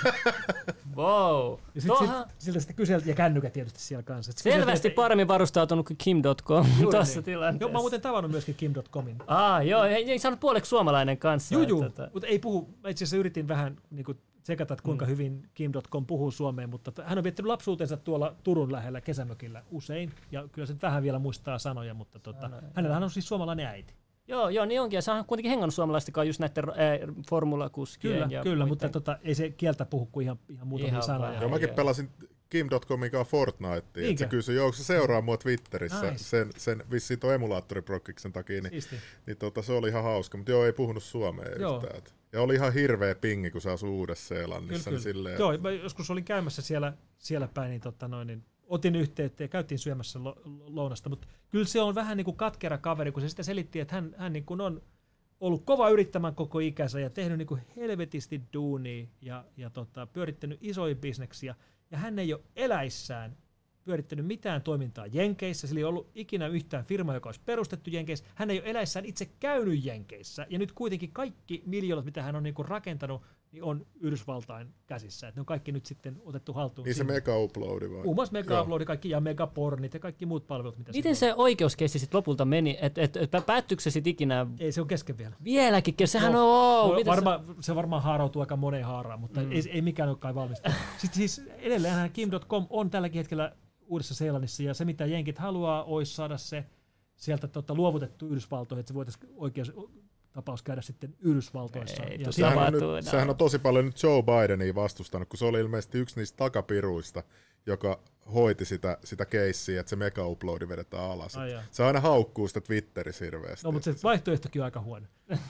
Wow. Ja sit, sit, siltä sitten kyseltiin, ja kännykät tietysti siellä kanssa. Sit selvästi että paremmin varustautunut kuin Kim piste com tuossa niin. tilanteessa. Joo, mä oon muuten tavannut myöskin Kim piste comin. Ah, joo, ei, ei saanut puoleksi suomalainen kanssa. Joo, joo, että... mutta ei puhu, mä itse asiassa yritin vähän niin kuin tsekata, että kuinka mm. hyvin Kim piste com puhuu suomeen, mutta hän on viettänyt lapsuutensa tuolla Turun lähellä kesämökillä usein, ja kyllä se vähän vielä muistaa sanoja, mutta tota, no, hänellä on siis suomalainen äiti. Joo, joo, niin onkin. Ja se on kuitenkin hengannut suomalaistakaan just näiden äh, formulakuskien. Kyllä, ja kyllä, mutta tota, ei se kieltä puhu kuin ihan, ihan muutamia ihan sanoja. Joo, mäkin joo. pelasin Kim piste comin kanssa Fortnitea. Se kysyi, onko se seuraa mua Twitterissä nice. sen, sen vissiin tuon emulaattoriprokkiksen takia. Niin, niin tota, se oli ihan hauska, mutta joo, ei puhunut suomea joo. yhtään. Ja oli ihan hirveä pingi, kun se asui Uudessa-Seelannissa. Niin silleen, joo, mä joskus olin käymässä siellä, siellä päin, niin, tota, noin, niin otin yhteyttä ja käytiin syömässä lo, lounasta, mutta kyllä se on vähän niin kuin katkera kaveri, kun se sitä selitti, että hän, hän niin kuin on ollut kova yrittämään koko ikänsä ja tehnyt niin kuin helvetisti duunia ja, ja tota, pyörittänyt isoja bisneksiä, ja hän ei ole eläissään pyörittänyt mitään toimintaa Jenkeissä, sillä ei ollut ikinä yhtään firmaa, joka olisi perustettu Jenkeissä, hän ei ole eläissään itse käynyt Jenkeissä, ja nyt kuitenkin kaikki miljoonat, mitä hän on niin kuin rakentanut, niin on Yhdysvaltain käsissä. Et ne on kaikki nyt sitten otettu haltuun. Niin se mega-uploadi vai? Muun muassa mega-uploadi kaikki ja megapornit ja kaikki muut palvelut. Mitä miten se oikeuskeissi sitten lopulta meni? Et, et, et, päättyykö se sitten ikinä? Ei, se on kesken vielä. Vieläkin? Sehän no, on... Oh, no, varma, se... se varmaan haarautuu aika moneen haaraan, mutta mm. ei, ei mikään ole kai valmista. Sitten siis edelleen Kim piste com on tälläkin hetkellä Uudessa-Seelannissa, ja se mitä jenkit haluaa, olisi saada se sieltä tota, luovutettu Yhdysvaltoihin, että se voitaisiin oikeus... tapaus käydä sitten Yhdysvaltoissa. Ei, ja sehän, on nyt, sehän on tosi paljon nyt Joe Bidenia vastustanut, kun se oli ilmeisesti yksi niistä takapiruista, joka hoiti sitä, sitä keissiä, että se mega-uploadi vedetään alas. Ai se aina haukkuu sitä Twitterissä hirveästi. No, mutta se vaihtoehtokin on aika huono.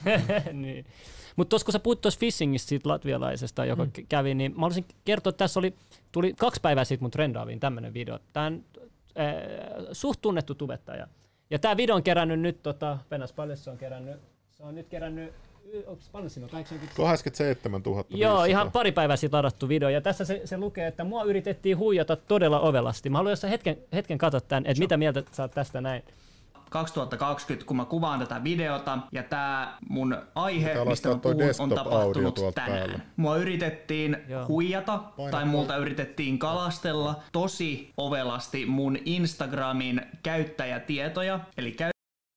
niin. Mutta tuossa kun sä puhut tuossa phishingistä siitä latvialaisesta, joka mm. kävi, niin mä haluaisin kertoa, että tässä oli, tuli kaksi päivää sitten mun trendaaviin tämmöinen video. Tämä on äh, suht tunnettu tubettaja. Ja tämä video on kerännyt nyt, tota, pennas paljon se on kerännyt, se on nyt kerännyt, onko paljon siinä on? kahdeksankymmentä kahdeksankymmentäseitsemäntuhatta. Joo, ihan pari päivää sitten ladattu video. Ja tässä se, se lukee, että mua yritettiin huijata todella ovelasti. Mä haluan jossain hetken, hetken katsoa tämän, että mitä mieltä sä oot tästä näin. kaksituhattakaksikymmentä, kun mä kuvaan tätä videota, ja tää mun aihe, mistä mä puhun, on tapahtunut tänään. Päälle. Mua yritettiin Joo. huijata, Paina tai multa yritettiin kalastella tosi ovelasti mun Instagramin käyttäjätietoja, eli käy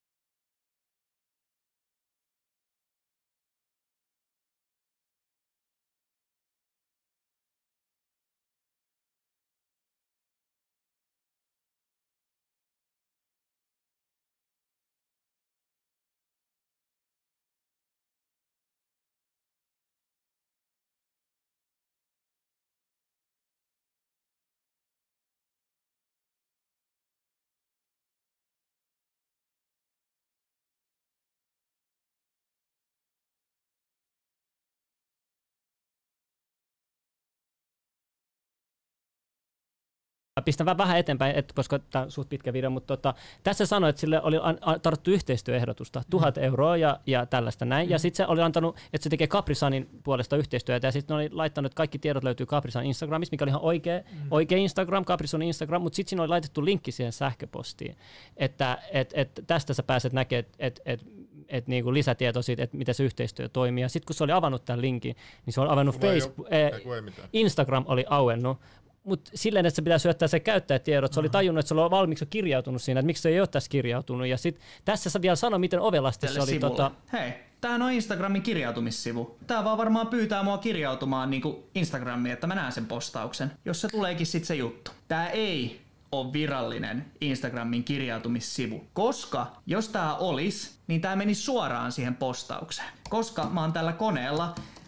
Pistän vähän eteenpäin, et, koska tämä on suht pitkä video, mutta tota, tässä sanoi, että sille oli tarvittu yhteistyöehdotusta, tuhat mm. euroa ja, ja tällaista näin. Mm. Ja sitten se oli antanut, että se tekee Caprisanin puolesta yhteistyötä, ja sitten oli laittanut, että kaikki tiedot löytyy Caprisan Instagramissa, mikä oli ihan oikea, mm. oikea Instagram, Caprisan Instagram, mutta sitten siinä oli laitettu linkki siihen sähköpostiin, että et, et tästä sä pääset näkemään, että et, et, et niinku lisätietoa siitä, että miten se yhteistyö toimii. Ja sitten kun se oli avannut tämän linkin, niin se oli avannut Facebook, eh, Instagram oli auennut, mutta silleen, että se pitää syöttää se käyttäjätiedot, se oli tajunnut, että se oli valmiiksi kirjautunut siinä, että miksi se ei ole tässä kirjautunut. Ja sitten tässä sä vielä sano, miten ovelasti Tälle se oli. Tota... Hei, tämähän on Instagramin kirjautumissivu. Tää vaan varmaan pyytää mua kirjautumaan niinku Instagramiin, että mä näen sen postauksen, jos se tuleekin sitten se juttu. Tää ei ole virallinen Instagramin kirjautumissivu, koska jos tää olis, niin tää meni suoraan siihen postaukseen. Koska mä oon tällä koneella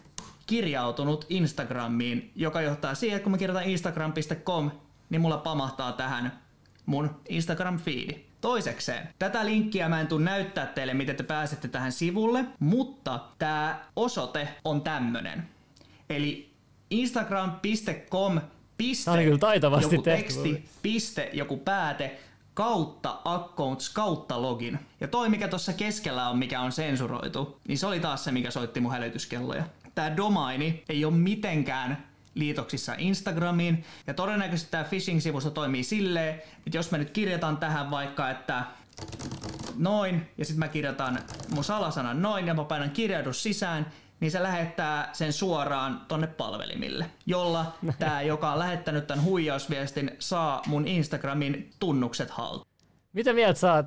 kirjautunut Instagramiin, joka johtaa siihen, että kun mä kirjoitan instagram piste com, niin mulla pamahtaa tähän mun Instagram-fiidi. Toisekseen, tätä linkkiä mä en tuu näyttää teille, miten te pääsette tähän sivulle, mutta tää osoite on tämmönen. Eli instagram piste com piste joku teksti, piste joku pääte, kautta accounts, kautta login. Ja toi, mikä tuossa keskellä on, mikä on sensuroitu, niin se oli taas se, mikä soitti mun hälytyskelloja. Tää domaini ei ole mitenkään liitoksissa Instagramiin, ja todennäköisesti tää phishing-sivusto toimii silleen, että jos mä nyt kirjataan tähän vaikka, että noin, ja sitten mä kirjoitan mun salasanan noin, ja mä painan kirjaudu sisään, niin se lähettää sen suoraan tonne palvelimille, jolla tää, joka on lähettänyt tän huijausviestin, saa mun Instagramin tunnukset haltuun. Mitä mieltä sä oot?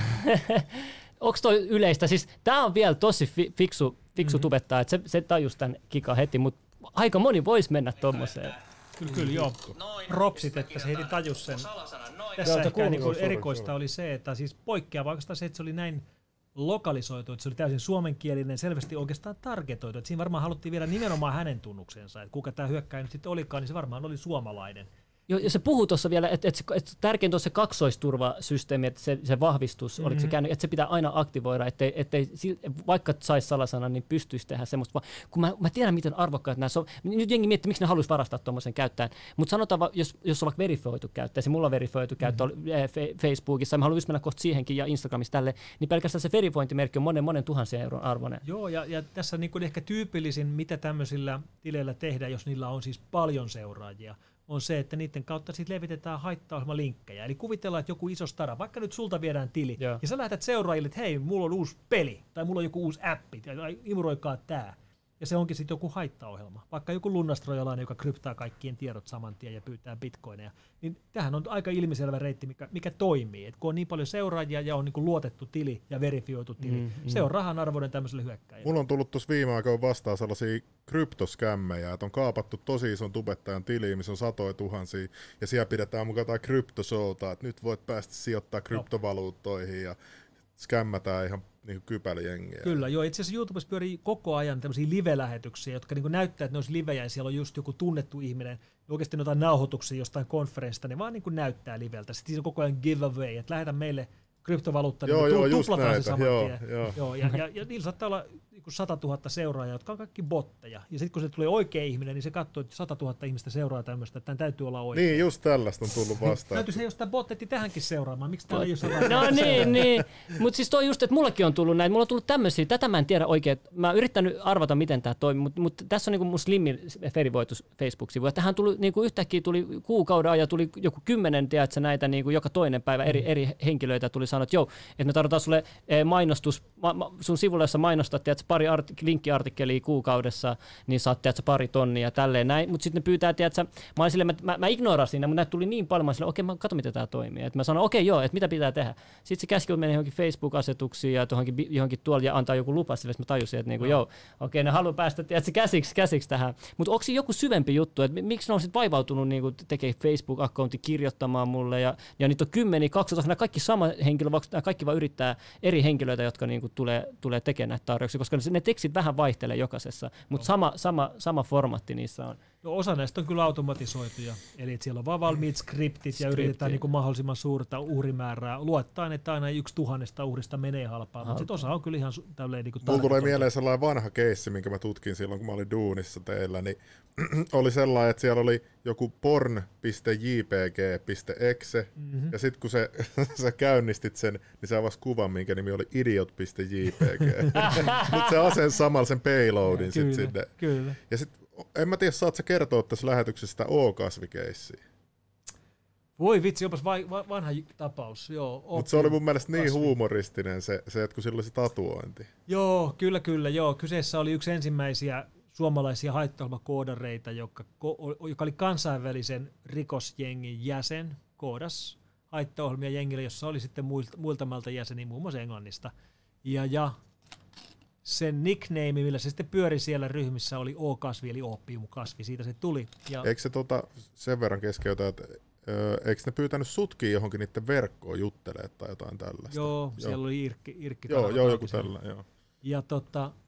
Onks toi yleistä? Siis tää on vielä tosi fi- fiksu, fiksu mm-hmm. tubettaa, että se, se tajus tän kika heti, mutta aika moni vois mennä tommoseen. Kyllä, kyllä joo. Propsit, että se heti tajus sen. Tässä ehkä niin kuin erikoista oli se, että siis poikkeava oikeastaan se, että se oli näin lokalisoitu, että se oli täysin suomenkielinen, selvästi oikeastaan targetoitu. Että siinä varmaan haluttiin viedä nimenomaan hänen tunnuksensa, että kuka tämä hyökkäjä nyt sitten olikaan, niin se varmaan oli suomalainen. Joo, ja se puhuu tuossa vielä, että, että, että tärkeintä on se kaksoisturvasysteemi, että se, se vahvistus, mm-hmm. oliko se käynyt, että se pitää aina aktivoida, ettei, ettei vaikka saisi salasanan, niin pystyisi tehdä semmoista. Kun mä, mä tiedän, miten arvokkaat nämä on. Nyt jengi miettii, miksi ne haluaisi varastaa tuommoisen käyttäjän. Mutta sanotaan, jos, jos on vaikka verifioitu käyttäjä, se mulla on verifioitu mm-hmm. käyttäjä Facebookissa, mä haluan just mennä kohta siihenkin ja Instagramissa tälle, niin pelkästään se verifiointimerkki on monen, monen tuhansien euron arvoinen. Joo, ja, ja tässä niin kuin ehkä tyypillisin, mitä tämmöisillä tileillä tehdään, jos niillä on siis paljon seuraajia, on se, että niiden kautta sitten levitetään haittaohjelmalinkkejä. Eli kuvitellaan, että joku iso stara, vaikka nyt sulta viedään tili, Joo. ja sä lähetät seuraajille, että hei, mulla on uusi peli, tai mulla on joku uusi appi, tai imuroikaa tää. Ja se onkin sitten joku haittaohjelma. Vaikka joku lunnastrojalainen, joka kryptaa kaikkien tiedot saman tien ja pyytää bitcoineja. Niin tämähän on aika ilmiselvä reitti, mikä, mikä toimii. Et kun on niin paljon seuraajia ja on niin kuin luotettu tili ja verifioitu tili, mm, se mm. on rahan arvoinen tämmöiselle hyökkäjälle. Mulla on tullut tuossa viime aikoina vastaan sellaisia kryptoskämmejä, että on kaapattu tosi ison tubettajan tiliin, missä on satoja tuhansia, ja siellä pidetään mukaan jotain kryptoshowta, että nyt voit päästä sijoittaa kryptovaluuttoihin ja skämmätään ihan niin kypälijengiä. Kyllä, joo. Itse asiassa YouTubessa pyörii koko ajan tämmöisiä live-lähetyksiä, jotka niin näyttää, että ne olisi livejä ja siellä on just joku tunnettu ihminen, oikeasti jotain nauhoituksia jostain konferenssista, ne vaan niin näyttää liveltä. Sitten siinä on koko ajan giveaway, että lähetä meille kryptovaluutta, joo, niin joo, tuplataan se saman joo, tien. Joo. Joo, ja, ja, ja niillä saattaa olla sata tuhatta seuraajaa, jotka on kaikki botteja. Ja sitten kun se tulee oikea ihminen, niin se katsoo, että sata tuhatta ihmistä seuraa tämmöistä, että tämän täytyy olla oikein. Niin, just tällaista on tullut vastaan. Täytyisi jos tämä bottetti tähänkin seuraamaan. Miksi täällä ei ole seuraajaa? No niin, niin. Mutta siis toi just, että mullakin on tullut näin. Mulla on tullut tämmöisiä, tätä mä en tiedä oikein. Mä oon yrittänyt arvata, miten tämä toimii, mutta mut tässä on niinku mun Slimmin verivoitu Facebook-sivu. Tähän tuli niinku yhtäkkiä tuli kuukauden ajan, tuli joku kymmenen, tiedätkö, näitä niinku joka toinen päivä eri, eri henkilöitä tuli sanoa, että joo, että me tarvitaan sulle mainostus, ma, ma, sun sivulla, jossa mainostat, tiedätkö, pari artik- linkkiartikkelia kuukaudessa, niin saat, tiedätkö, pari tonnia ja tälleen näin. Mutta sitten ne pyytää, tiedätkö, mä olin silleen, mä, mä ignorasin, mutta näitä tuli niin paljon, mä olin silleen, okei, okay, mä katson, miten tämä toimii. Et mä sanoin, okei, okay, joo, että mitä pitää tehdä. Sitten se käski meni johonkin Facebook-asetuksiin ja johonkin, johonkin tuolla ja antaa joku lupa sille, että mä tajusin, että niinku, no. joo, okei, okay, ne haluaa päästä, tiedätkö, käsiksi, käsiksi tähän. Mutta onko joku syvempi juttu, että miksi ne on sitten vaivautunut niinku, tekemään Facebook-accountin kirjoittamaan mulle ja, ja niitä on kymmeniä, kaksitoista, nämä kaikki sama henkilö, vaikka kaikki vaan yrittää eri henkilöitä, jotka niinku, tulee, tulee tekemään näitä tarjouksia, koska ne tekstit vähän vaihtelee jokaisessa, mutta no. sama, sama, sama formaatti niissä on. No, osa näistä on kyllä automatisoituja, eli että siellä on vaan valmiit skriptit ja yritetään niin kuin mahdollisimman suurta uhrimäärää. Luottaen, että aina yksi tuhannesta uhrista menee halpaa, mutta sitten osa on kyllä ihan tälleen niin kuin mulla tulee mieleen sellainen vanha keissi, minkä mä tutkin silloin, kun mä olin duunissa teillä, niin oli sellainen, että siellä oli joku porn piste j p g piste e x e, mm-hmm. ja sitten kun se, sä käynnistit sen, niin se avasi kuvan, minkä nimi oli idiot piste j p g. Mutta se asensi samalla sen payloadin sitten sinne. Kyllä. Ja sit, en mä tiedä, saat sä kertoa tässä lähetyksessä O-kasvikeissiä? Voi vitsi, jopas vai, va, vanha tapaus. Mutta se oli mun mielestä niin kasvi. huumoristinen se, se, että kun sillä oli se tatuointi. Joo, kyllä, kyllä. Joo. Kyseessä oli yksi ensimmäisiä suomalaisia haittaohjelmakoodareita, joka, joka oli kansainvälisen rikosjengin jäsen, koodas haittaohjelmia jengille, jossa oli sitten muilta, muilta maalta jäseniä, muun muassa Englannista. Ja, ja sen nickname, millä se sitten pyöri siellä ryhmissä, oli O-kasvi, eli oopiumkasvi. Siitä se tuli. Ja eikö se tota, sen verran keskeytä, että öö, eikö ne pyytänyt sutkia johonkin niiden verkkoon juttelemaan tai jotain tällaista? Joo, siellä joo. oli Irkki. Irkki joo, joo, joku tällä, joo. Ja tota,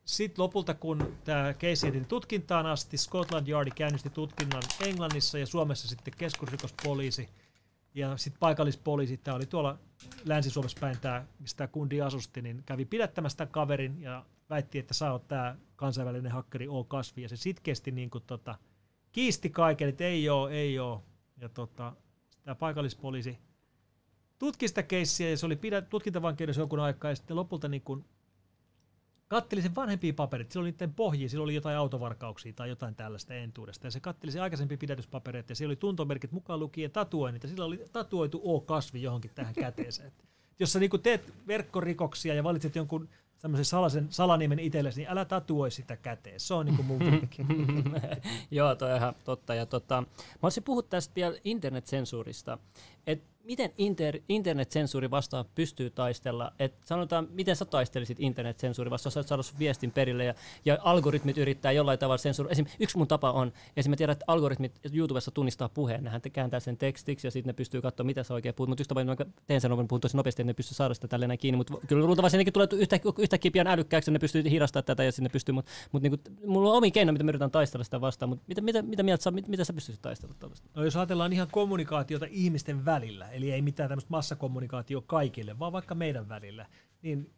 sitten lopulta, kun tämä case etin tutkintaan asti, Scotland Yardi käynnisti tutkinnan Englannissa ja Suomessa sitten keskusrikospoliisi ja sitten paikallispoliisi, tämä oli tuolla Länsi-Suomessa päin, tämä, mistä tämä kundi asusti, niin kävi pidättämässä tämän kaverin ja väitti, että sä oot tämä kansainvälinen hakkeri O. Kasvi, ja se sitkeästi niin kuin, tota, kiisti kaiken, että ei oo, ei oo. Ja tota, tämä paikallispoliisi tutki sitä keissiä, ja se oli pidä, tutkintavankeudessa jonkun aikaa, ja sitten lopulta niin kuin katteli sen vanhempia paperit, sillä oli niiden pohjia, sillä oli jotain autovarkauksia tai jotain tällaista entuudesta, ja se katteli sen aikaisempia pidätyspapereita, ja siellä oli tuntomerkit mukaan lukien tatuoinnit, ja sillä oli tatuoitu O. Kasvi johonkin tähän käteeseen. Jos sä niin teet verkkorikoksia ja valitset jonkun tämmöisen salaisen salanimen itsellesi, niin älä tatuoi sitä käteen. Se on niin kuin mun vinkki. Joo, toi on ihan totta. Ja tota, mä olisin puhua tästä vielä internetsensuurista. Et miten inter, internetsensuuri vastaan pystyy taistella? Et sanotaan, miten sä taistelisit internetsensuuri vastaan, jos sä saada sun viestin perille ja, ja algoritmit yrittää jollain tavalla sensuuri. Esim. Yksi mun tapa on, esim. Mä tiedän, että algoritmit YouTubessa tunnistaa puheen, nehän kääntää sen tekstiksi ja sitten ne pystyy katsoa, mitä sä oikein puhut. Mutta yksi tapa, että mä teen sen, puhun tosi nopeasti, että ne pystyy saada sitä tälleen kiinni. Mutta kyllä luultavasti nekin tulee yhtäkkiä, yhtäkkiä pian älykkääksi ja ne pystyy hidastamaan tätä ja sinne pystyy. Mutta mut niinku, mulla on omi keino, mitä mä yritän taistella sitä vastaan. Mutta mitä, mitä, mitä mieltä sä, mit, mitä sä pystyisit taistella tällaista? No jos ajatellaan ihan kommunikaatiota ihmisten välillä, eli ei mitään tämmöistä massakommunikaatio kaikille, vaan vaikka meidän välillä, niin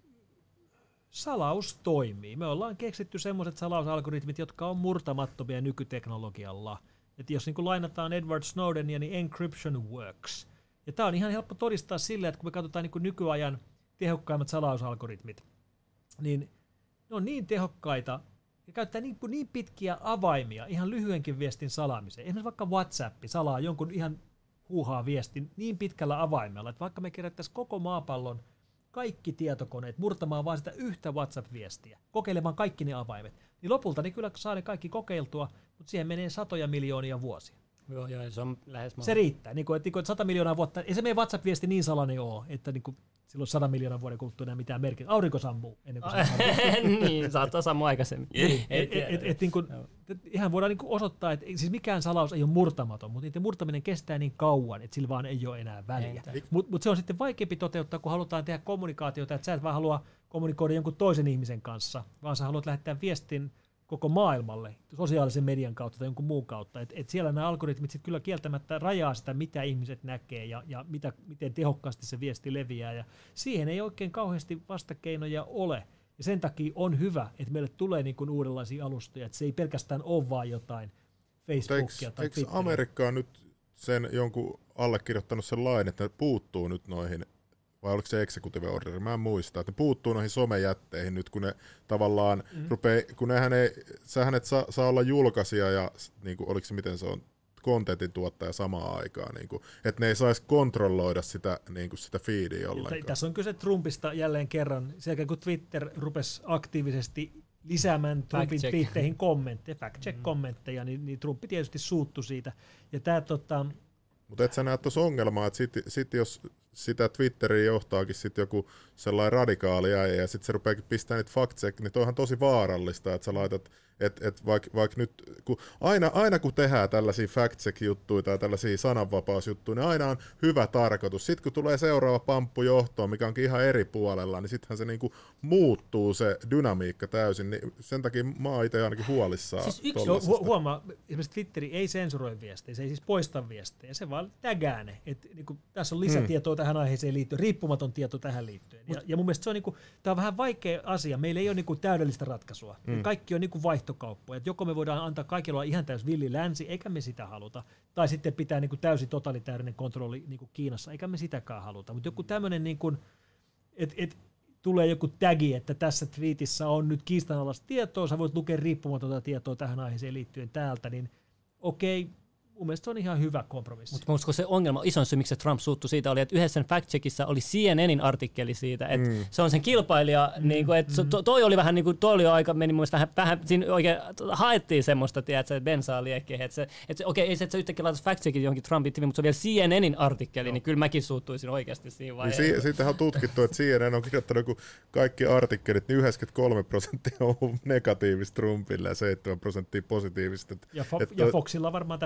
salaus toimii. Me ollaan keksitty semmoiset salausalgoritmit, jotka on murtamattomia nykyteknologialla. Et jos niin kuin lainataan Edward Snowdenia, niin encryption works. Ja tämä on ihan helppo todistaa sillä, että kun me katsotaan niin kuin nykyajan tehokkaimmat salausalgoritmit, niin ne on niin tehokkaita ja käyttää niin, niin pitkiä avaimia ihan lyhyenkin viestin salaamiseen. Esimerkiksi vaikka WhatsApp salaa jonkun ihan huuhaa viestin niin pitkällä avaimella, että vaikka me kerättäisiin koko maapallon kaikki tietokoneet murtamaan vaan sitä yhtä WhatsApp-viestiä, kokeilemaan kaikki ne avaimet, niin lopulta ne kyllä saa ne kaikki kokeiltua, mutta siihen menee satoja miljoonia vuosia. Joo, joo, se on lähes Se riittää. Niin kuin, että, että sata miljoonaa vuotta, ei se meidän WhatsApp-viesti niin salainen ole, että niin kuin, silloin sata miljoonaa vuoden kuluttua enää mitään merkitystä. Aurinko sammuu ennen kuin se sammuu. Niin, saattaa sammua aikaisemmin. Niin, et, et, et, et, niin kuin, et, ihan voidaan niin kuin osoittaa, että siis mikään salaus ei ole murtamaton, mutta niiden murtaminen kestää niin kauan, että sillä vaan ei ole enää väliä. Mutta mut se on sitten vaikeampi toteuttaa, kun halutaan tehdä kommunikaatiota, että sä et vaan halua kommunikoida jonkun toisen ihmisen kanssa, vaan sä haluat lähettää viestin koko maailmalle sosiaalisen median kautta tai jonkun muun kautta. Et, et siellä nämä algoritmit sit kyllä kieltämättä rajaa sitä, mitä ihmiset näkee ja, ja mitä, miten tehokkaasti se viesti leviää. Ja siihen ei oikein kauheasti vastakeinoja ole. Ja sen takia on hyvä, että meille tulee niin kuin uudenlaisia alustoja, että se ei pelkästään ole vaan jotain Facebookia eikö, tai eikö Twitteriä. Amerikka on nyt sen jonkun allekirjoittanut sen lain, että ne puuttuu nyt noihin, vai oliko se executive order, mä en muista, että ne puuttuu noihin somejätteihin nyt, kun ne tavallaan mm. rupeaa, kun nehän ei, sähän et saa, saa olla julkaisija ja niin kuin, oliko se miten se on, kontentin tuottaja samaan aikaan, niin kuin, että ne ei saisi kontrolloida sitä, niin kuin sitä feedia ollenkaan. Tässä on kyse Trumpista jälleen kerran, sen jälkeen kun Twitter rupesi aktiivisesti lisäämään Trumpin twiitteihin kommentteja, fact-check-kommentteja, niin, niin Trump tietysti suuttui siitä. Ja tää, tota... Mutta et sä näet tuossa ongelmaa, että sit, sit jos sitä Twitteriä johtaakin sit joku sellainen radikaali äijä ja sitten se rupeakin pistämään niitä fact-check, niin toihan tosi vaarallista, että sä laitat, että et vaikka vaik nyt, kun aina, aina kun tehdään tällaisia fact-check-juttuja tai tällaisia sananvapausjuttuja, niin aina on hyvä tarkoitus. Sitten kun tulee seuraava pamppu johtoon, mikä onkin ihan eri puolella, niin sittenhän se niinku muuttuu se dynamiikka täysin, niin sen takia mä oon itse ainakin huolissaan. Siis yksi hu- huomaa, esimerkiksi Twitteri ei sensuroi viestejä, se ei siis poista viestejä, se vaan tägää ne. Et, niinku, tässä on lisätietoa hmm. tähän aiheeseen liittyen, riippumaton tieto tähän liittyen. Ja, ja mun mielestä se on, niinku, tää on vähän vaikea asia, meillä ei ole niinku täydellistä ratkaisua. Hmm. Kaikki on niinku vaihtokauppoja. Et joko me voidaan antaa kaikilla ihan täys villi länsi, eikä me sitä haluta, tai sitten pitää niinku täysin totalitäärinen kontrolli niinku Kiinassa, eikä me sitäkään haluta. Mutta joku tämmöinen, niinku, että et, tulee joku tagi, että tässä twiitissä on nyt kiistanalaista tietoa, sä voit lukea riippumatonta tietoa tähän aiheeseen liittyen täältä, niin okei, mun mielestä se on ihan hyvä kompromissi. Mutta uskon se ongelma, isoin syy, miksi Trump suuttui siitä, oli, että yhdessä fact-checkissä oli C N N:in artikkeli siitä, että mm. se on sen kilpailija, mm. niin kuin, että mm. toi oli vähän niin kuin, toi oli aika, meni mun mielestä vähän, vähän siinä oikein haettiin semmoista, tiedätkö, että bensaa liekkeen, että se, että se, okei, ei se, että sä yhtäkkiä laitat fact-checkin johonkin Trumpin tiviin, mutta se on vielä C N N:in artikkeli, no. niin kyllä mäkin suuttuisin oikeasti siinä vaiheessa. Niin, siitähän on tutkittu, että C N N on kirjoittanut, kun kaikki artikkelit, niin yhdeksänkymmentäkolme prosenttia on negatiivista Trumpille ja seitsemän prosenttia positiivista. Ja, fo- ja Foxilla varmaan täsmälleen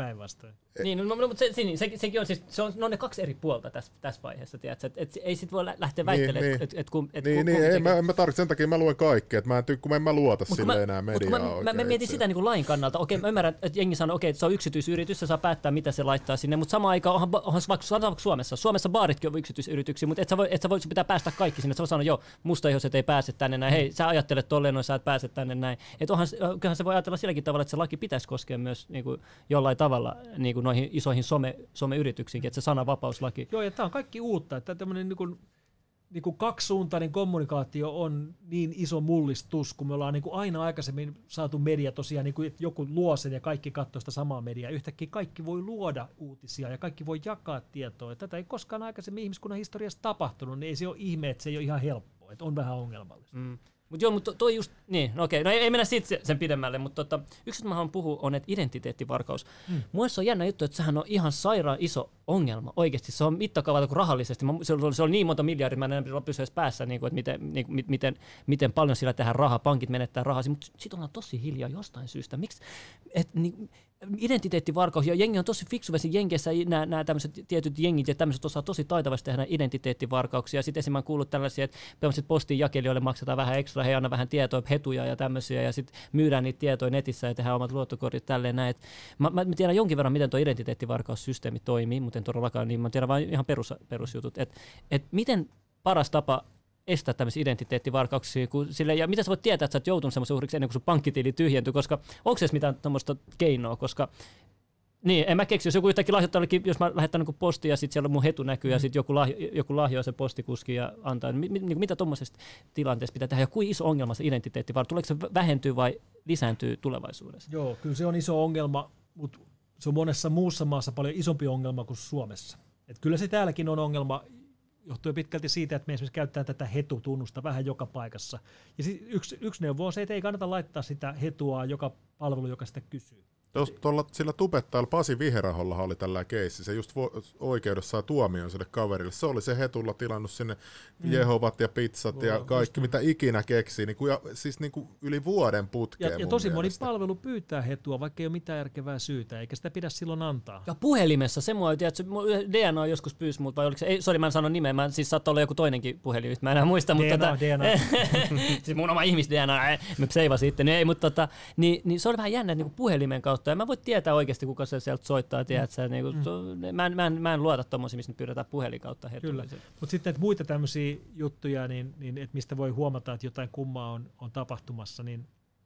päinvastoin. Niin, no, no, mutta se, se, se, sekin on siis, se on, ne on ne kaksi eri puolta tässä, tässä vaiheessa, tiedätkö? Et, et, ei sit voi lähteä väittelemään, niin, että et, et, kun, et, niin, kun, niin, kun, ei, kun, mä, en mä tarvitse, sen takia mä luen kaikkea, että mä en, kun mä en mä luota mut sille mä, enää mediaa mä, oikein. Mä, mä mietin sitä niin kuin lain kannalta, okei mä ymmärrän, että jengi sanoo, okei, että se on yksityisyritys, se saa päättää, mitä se laittaa sinne, mutta samaan aikaan onhan, onhan vaikka, vaikka Suomessa, Suomessa baaritkin on yksityisyrityksiä, mutta et sä voi, et sä voi, sun pitää päästä kaikki sinne, että sä voi sanoa, joo, mustaihoiset ei pääse tänne näin, hei, sä ajattelet tolleen, noin sä et pääse tänne näin, että onhan, kyllähän se voi ajatella silläkin tavalla, että se laki pitäisi koskea myös niin kuin jollain tavalla niin kuin noihin isoihin some, someyrityksiinkin, että se sananvapauslaki. Joo, ja tämä on kaikki uutta, että tämmöinen niin kuin, niin kuin kaksisuuntainen kommunikaatio on niin iso mullistus, kun me ollaan niin kuin aina aikaisemmin saatu media tosiaan, niin kuin, että joku luo sen ja kaikki katsoo sitä samaa mediaa. Yhtäkkiä kaikki voi luoda uutisia ja kaikki voi jakaa tietoa. Tätä ei koskaan aikaisemmin ihmiskunnan historiassa tapahtunut, niin ei se ole ihme, että se ei ole ihan helppoa, että on vähän ongelmallista. Mm. Mutta joo, mutta toi just, niin, no okei, no ei, ei mennä siitä sen pidemmälle, mutta tota, yksi, mitä mä haluan puhua, on, että identiteettivarkaus. Mm. Mun se on jännä juttu, että sehän on ihan sairaan iso ongelma oikeasti. Se on mittakaavalta kuin rahallisesti. Mä, se, oli, se oli niin monta miljardia, mä en enää pysy edes päässä, niin kuin, että miten, niin, miten, miten paljon sillä tehdään rahaa, pankit menettää rahaa, mutta sit ollaan tosi hiljaa jostain syystä. Miksi? Et, niin, identiteettivarkaus, ja jengi on tosi fiksu, vesi Jenkeissä nämä, nämä tämmöiset tietyt jengit ja tämmöiset osaa tosi taitavasti tehdä identiteettivarkauksia. Sitten esimerkiksi kuullut tällaisia, että postin jakelijoille maksetaan vähän ekstra, he anna vähän tietoa, hetuja ja tämmöisiä, ja sitten myydään niitä tietoja netissä ja tehdään omat luottokortit tälleen näin. Mä, mä tiedän jonkin verran, miten tuo identiteettivarkaussysteemi toimii, mutta en todellakaan, niin mä tiedän vain ihan perus, perusjutut. Että et miten paras tapa estää tämmöisiä identiteettivarkauksia, kun sille, ja mitä sä voit tietää, että sä oot joutunut semmoisen uhriksi ennen kuin sun pankkitili tyhjentyy, koska onko se mitään tämmöistä keinoa, koska niin, en mä keksi, jos joku yhtäkkiä lahjoittaa, jos mä lähetän niin postia ja sitten siellä mun hetu näkyy mm. ja sitten joku, lahjo, joku lahjoaa sen postikuski ja antaa, niin, niin, mitä tuommoisesta tilanteessa pitää tehdä ja kuinka iso ongelma se identiteettivarkaus, tuleeko se vähentyy vai lisääntyy tulevaisuudessa? Joo, kyllä se on iso ongelma, mutta se on monessa muussa maassa paljon isompi ongelma kuin Suomessa. Et kyllä se täälläkin on ongelma, johtuu pitkälti siitä, että me esimerkiksi käytetään tätä hetutunnusta vähän joka paikassa. Ja yksi, yksi neuvo on se, että ei kannata laittaa sitä hetua joka palvelu, joka sitä kysyy. Tuolla sillä tubettajalla Pasi Viherahollahan oli tällainen keissi, se just vo, oikeudessa saa tuomion sille kaverille. Se oli se hetulla tilannut sinne mm. Jehovat ja pizzat Voi, ja kaikki, mitä ikinä keksii, niin kuin, ja, siis niin kuin yli vuoden putkeen. Ja, ja tosi moni palvelu pyytää hetua, vaikka ei ole mitään järkevää syytä, eikä sitä pidä silloin antaa. Ja puhelimessa, se mua, tiedätkö, D N A joskus pyysi multa, vai oliko se, ei, sorry, mä en sano nimeä, mä, siis saattaa olla joku toinenkin puhelin, mä en enää muista, mutta D N A, tota, D N A. siis mun oma ihmis D N A, mä seivasin sitten, niin ei, mutta tota, niin, niin se on vähän jännä niin kuin puhelimen kautta, ja mä voin tietää oikeasti, kuka se sieltä soittaa, tiedätkö, mm. niin kuin, mm. mä, en, mä, en, mä en luota tommosia, missä nyt pyydetään puhelin kautta hetulla. Kyllä, mutta sitten muita tämmöisiä juttuja, niin, niin, että mistä voi huomata, että jotain kummaa on, on tapahtumassa, niin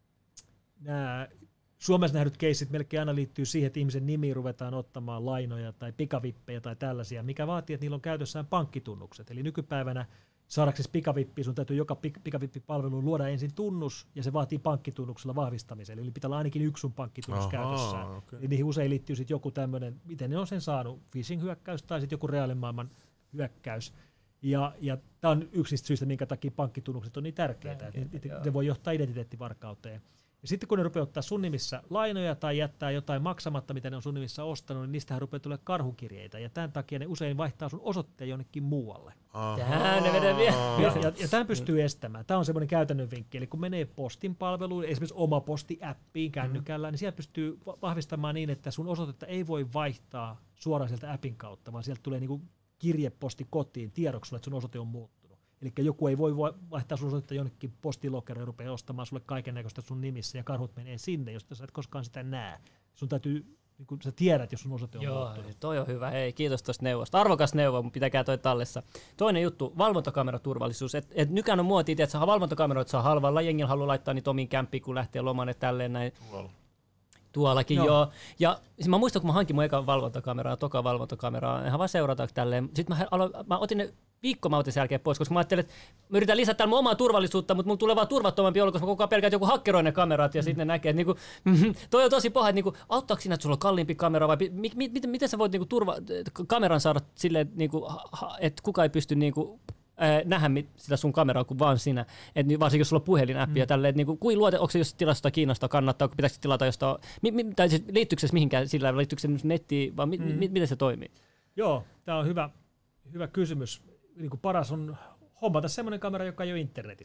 nämä Suomessa nähdyt keissit melkein aina liittyy siihen, että ihmisen nimiin ruvetaan ottamaan lainoja tai pikavippejä tai tällaisia, mikä vaatii, että niillä on käytössään pankkitunnukset. Eli nykypäivänä saadaksesi pikavippiä, sun täytyy joka pikavippipalveluun luoda ensin tunnus, ja se vaatii pankkitunnuksella vahvistamisen. Eli pitää olla ainakin yksi sun pankkitunnus käytössään. Okay. Eli niihin usein liittyy sitten joku tämmöinen, miten ne on sen saanut, phishing-hyökkäys tai sitten joku reaalimaailman hyökkäys. Ja, ja tämä on yksi niistä syistä, minkä takia pankkitunnukset on niin tärkeitä, että ne, ne voi johtaa identiteettivarkauteen. Ja sitten kun ne rupeaa ottaa sun nimissä lainoja tai jättää jotain maksamatta, mitä ne on sun nimissä ostanut, niin niistähän rupeaa tulemaan karhukirjeitä. Ja tämän takia ne usein vaihtaa sun osoitteen jonnekin muualle. Tähän ne vedän vielä. Ja, ja, ja tämän pystyy estämään. Tämä on semmoinen käytännön vinkki. Eli kun menee postin palveluun, esimerkiksi oma posti-appiin kännykällä, mm. niin siellä pystyy vahvistamaan niin, että sun osoitetta ei voi vaihtaa suoraan sieltä appin kautta, vaan sieltä tulee niinku kirjeposti kotiin tiedoksi sulle, että sun osoite on muuttunut. Eli joku ei voi vaihtaa sun osoitetta jonnekin postilokeroon ja rupeaa ostamaan sulle kaikennäköistä sun nimissä ja karhut menee sinne, josta sä et koskaan sitä näe. Sun täytyy, niin kun sä tiedät, jos sun osoite on Joo, muuttunut. toi on hyvä. Hei, kiitos tuosta neuvosta. Arvokas neuvo, mutta pitäkää toi tallessa. Toinen juttu, valvontakameraturvallisuus. Et, et nykyään on muotia, että saa valvontakameroita saa halvalla. Jengillä haluaa laittaa niitä omiin kämppiin, kun lähtee lomaan, että tälleen näin. Tuolla. Tuollakin, joo. joo. Ja siis mä muistan, kun mä hankin mun ekan valvontakameraa, toka valvontakameraa, ihan vaan seurata tälleen. Sitten mä, aloin, mä otin ne viikko mä otin sen jälkeen pois, koska mä ajattelin, että mä yritän lisätä täällä mun omaa turvallisuutta, mutta mulla tulee vaan turvattomampi olo, koska mä koko ajan pelkään, että joku hakkeroi ne kamerat ja mm. sitten ne näkee, että niinku, toi on tosi paha, että niinku, auttaako siinä, että sulla on kalliimpi kamera vai mi, mi, mi, miten sä voit niinku, turva, kameran saada silleen, niinku, että kuka ei pysty niinku, nähdä sitä sun kameraa kuin vaan sinä, et varsinkin jos sulla on puhelinäppi mm. ja tälleen, että niinku, kuin luote, onko se jos tilasta Kiinasta kannattaa, pitäisikö tilata jostain, mi, mi, tai siis liittyykö se mihinkään sillä, liittyykö se nettiin, vai mi, mm. mi, miten se toimii? Joo, tämä on hyvä, hyvä kysymys. Niin kuin paras on hommata semmoinen kamera, joka ei ole internetissä.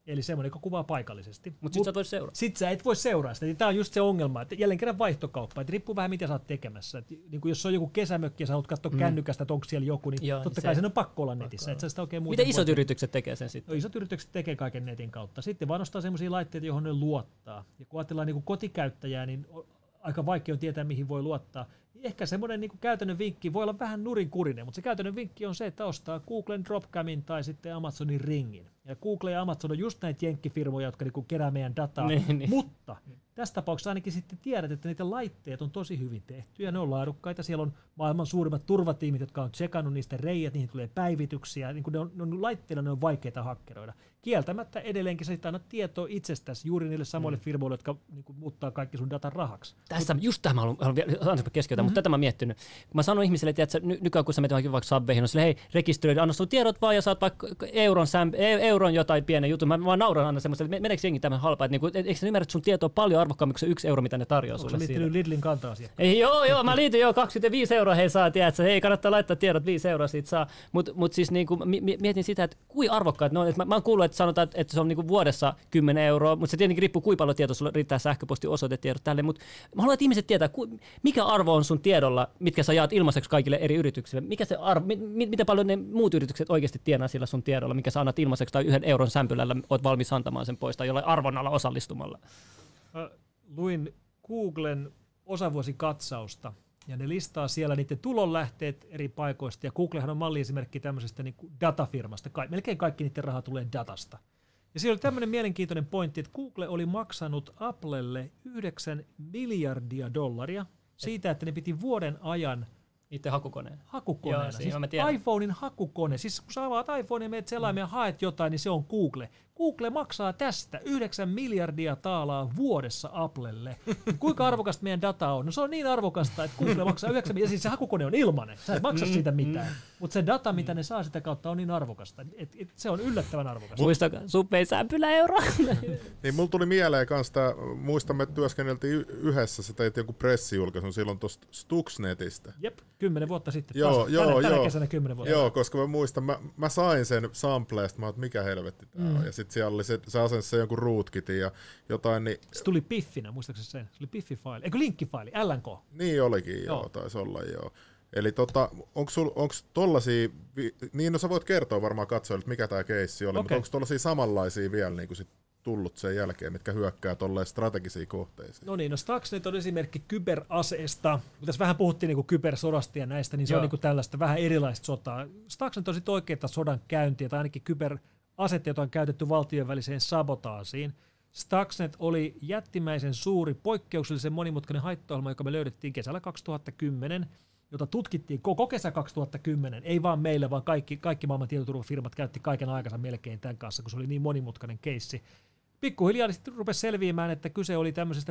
Eli semmoinen, joka kuvaa paikallisesti. Mutta sit Mut, sä et voi seuraa. Sit sä et voi seuraa sitä. Tämä on just se ongelma, että jälleen kerran vaihtokauppa. Että riippuu vähän, mitä sä oot tekemässä. Et niin jos on joku kesämökki ja sä haluat katsoa mm. kännykästä, että onko siellä joku, niin Joo, totta kai se, sen on pakko olla netissä. Et sä sitä oikein Miten isot voi... yritykset tekee sen sitten? No, isot yritykset tekee kaiken netin kautta. Sitten vaan ostaa semmoisia laitteita, johon ne luottaa. Ja kun ajatellaan niin kuin kotikäyttäjää, niin aika vaikea on tietää, mihin voi luottaa. Ehkä semmoinen niin kuin käytännön vinkki voi olla vähän nurinkurinen, mutta se käytännön vinkki on se, että ostaa Googlen Dropcamin tai sitten Amazonin Ringin. Ja Google ja Amazon on just näitä jenkkifirmoja, jotka niin kuin kerää meidän dataa, niin, niin. Mutta tässä tapauksessa ainakin sitten tiedät, että niitä laitteet on tosi hyvin tehty ja ne on laadukkaita. Siellä on maailman suurimmat turvatiimit, jotka on tsekannut niistä reijät, niihin tulee päivityksiä. Niin kuin ne on, ne on laitteilla ne on vaikeita hakkeroida. Kieltämättä edelleenkin sä sitten annat tietoa itsestäsi juuri niille samoille mm. firmoille, jotka niin kuin, muuttaa kaikki sun datan rahaksi. Tässä, Mut, just tämä mä haluan, haluan vielä keskeytä, mm-hmm. mutta tätä mä oon miettinyt. Kun mä sanon ihmisille, että ny- nykyään kun sä menet vaikka Subwayhin, on sille, hei, rekisteröidä, anna sun tiedot vaan ja saat vaikka euron, sämp- euron jotain pienen jutun. Mä, mä nauran aina semmoista, että meneekö jengi tämän halpaa, että niinku, et, eikö sä ymmärrä, että sun tieto on paljon arvokkaammin kuin se yksi euro, mitä ne tarjoaa sulle. Onko sä liittynyt Lidlin kanta-asiaan? Joo, joo, mä liityn jo kaksikymmentäviisi euroa hei saa, tiedätkö, hei kannattaa laittaa tiedot, viisi euroa siitä saa. Mutta mut siis niinku, mietin sitä, että kui arvokkaat ne on. Mä, mä oon kuullut, että sanotaan, että, että se on niinku vuodessa kymmenen euroa, mutta se tietenkin riippuu, kuinka paljon tietoa sulla riittää sähköpostiosoitetiedot tälle. Mutta mä haluan, että ihmiset tietää, mikä arvo on sun tiedolla, mitkä sä jaat ilmaiseksi kaikille eri yrityksille. Mikä se arvo, mit, miten paljon ne muut yritykset oikeasti tienaa sillä sun tiedolla, mikä sä annat ilmaiseksi tai yhden euron sämpylällä oot valmis antamaan sen pois tai jollain arvonnalla osallistumalla. Mä luin Googlen osavuosikatsausta ja ne listaa siellä niiden tulonlähteet eri paikoista ja Googlehan on malliesimerkki tämmöisestä niin kuin datafirmasta. Ka- melkein kaikki niiden rahaa tulee datasta. Ja siellä oli tämmöinen mielenkiintoinen pointti, että Google oli maksanut Applelle yhdeksän miljardia dollaria siitä, että ne piti vuoden ajan itse hakukoneen. Hakukoneena. Joo, siis siis iPhonein hakukone. Siis kun sä avaat iPhone ja menet selaimen ja haet jotain, niin se on Google. Google maksaa tästä yhdeksän miljardia taalaa vuodessa Applelle. Kuinka arvokasta meidän data on? No se on niin arvokasta, että Google maksaa yhdeksän miljardia. Siis se hakukone on ilmainen. Sä et maksa siitä mitään. Mutta se data, mitä ne saa sitä kautta, on niin arvokasta. Et, et, se on yllättävän arvokasta. Muistakaa, Subway sämpylä euroa. Niin mulla tuli mieleen kans tää, muistamme, että työskenneltiin yhdessä, sä teit joku pressijulkaisun silloin tuosta Stuxnetistä. Jep, kymmenen vuotta sitten. Joo, Tasa, joo, tänä, tänä joo. kesänä kymmenen vuotta. Joo, koska mä muistan, mä, mä sain sen sampleesta, mä oon, että mikä helvetti tää mm. on. Ja sit siellä oli se, se asensi se jonkun rootkitin ja jotain. Niin se tuli piffinä, muistaakseni sen? Se oli piffifaili, eikö linkkifaili, L N K? Niin olikin, joo, joo taisi olla joo. Eli tota, onko sul, onks tollasia, niin no sä voit kertoa varmaan katsojille, että mikä tää keissi oli, okay. Mutta onko tollasia samanlaisia vielä niin kuin sit tullut sen jälkeen, mitkä hyökkää tolleen strategisiin kohteisiin? No niin, no Stuxnet on esimerkki kyberaseesta. Kun tässä vähän puhuttiin niin kybersodasta ja näistä, niin se Joo. on niin tällaista vähän erilaista sotaa. Stuxnet on sitten oikeaa sodan käyntiä, tai ainakin kyberasetta, jota on käytetty valtion väliseen sabotaasiin. Stuxnet oli jättimäisen suuri, poikkeuksellisen monimutkainen haittaohjelma, joka me löydettiin kesällä kaksituhattakymmenen, jota tutkittiin koko kesä kaksituhattakymmenen, ei vaan meillä, vaan kaikki, kaikki maailman tietoturvafirmat käytti kaiken aikansa melkein tämän kanssa, kun se oli niin monimutkainen keissi. Pikkuhiljaa sitten rupesi selviämään, että kyse oli tämmöisestä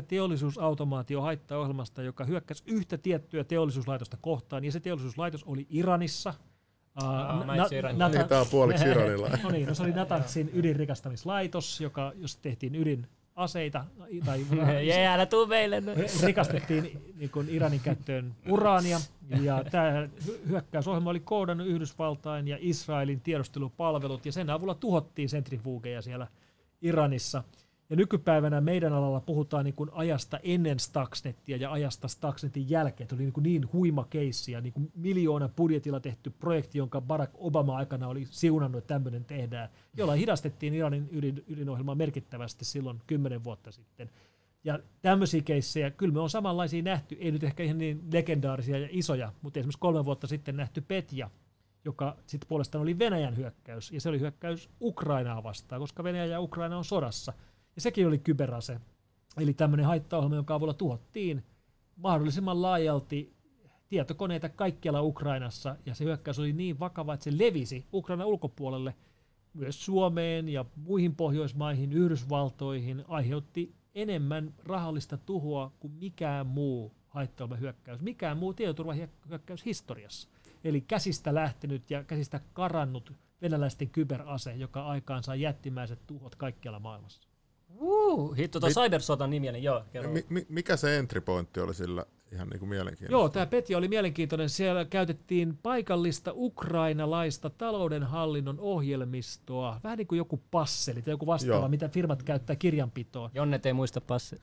teollisuusautomaatiohaittaohjelmasta, joka hyökkäsi yhtä tiettyä teollisuuslaitosta kohtaan, ja se teollisuuslaitos oli Iranissa. Uh, na- na- niin, tämä on puoliksi iranilainen. No niin, no se oli Natanzin ydinrikastamislaitos, joka, jos tehtiin ydinaseita, tai Jee, älä tuu meille. Rikastettiin niin kuin Iranin käyttöön uraania, ja tämä hyökkäysohjelma oli koodannut Yhdysvaltain ja Israelin tiedustelupalvelut, ja sen avulla tuhottiin sentrifugeja siellä Iranissa. Ja nykypäivänä meidän alalla puhutaan niin kuin ajasta ennen Stuxnetia ja ajasta Stuxnetin jälkeen. Se oli niin, kuin niin huima keissi ja niin kuin miljoona budjetilla tehty projekti, jonka Barack Obama aikana oli siunannut, että tämmöinen tehdään, jolla hidastettiin Iranin ydin, ydinohjelmaa merkittävästi silloin kymmenen vuotta sitten. Ja tämmöisiä keissejä, kyllä me on samanlaisia nähty, ei nyt ehkä ihan niin legendaarisia ja isoja, mutta esimerkiksi kolme vuotta sitten nähty Petja, joka sitten puolestaan oli Venäjän hyökkäys, ja se oli hyökkäys Ukrainaa vastaan, koska Venäjä ja Ukraina on sodassa. Ja sekin oli kyberase, eli tämmöinen haittaohjelma, jonka avulla tuhottiin mahdollisimman laajalti tietokoneita kaikkialla Ukrainassa, ja se hyökkäys oli niin vakava, että se levisi Ukrainan ulkopuolelle myös Suomeen ja muihin Pohjoismaihin, Yhdysvaltoihin, aiheutti enemmän rahallista tuhoa kuin mikään muu haittaohjelmahyökkäys, mikään muu tietoturvahyökkäys historiassa. Eli käsistä lähtenyt ja käsistä karannut venäläisten kyberase, joka aikaan saa jättimäiset tuhot kaikkialla maailmassa. Uh, hitto, tuo cybersotan nimi, niin joo, kerro. Mi- mi- mikä se entry pointti oli sillä, ihan niin kuin mielenkiintoista. Joo, tämä Petja oli mielenkiintoinen. Siellä käytettiin paikallista ukrainalaista taloudenhallinnon ohjelmistoa. Vähän niin kuin joku passeli tai joku vastaava, joo, mitä firmat käyttää kirjanpitoon. Jonnet ei muista passia.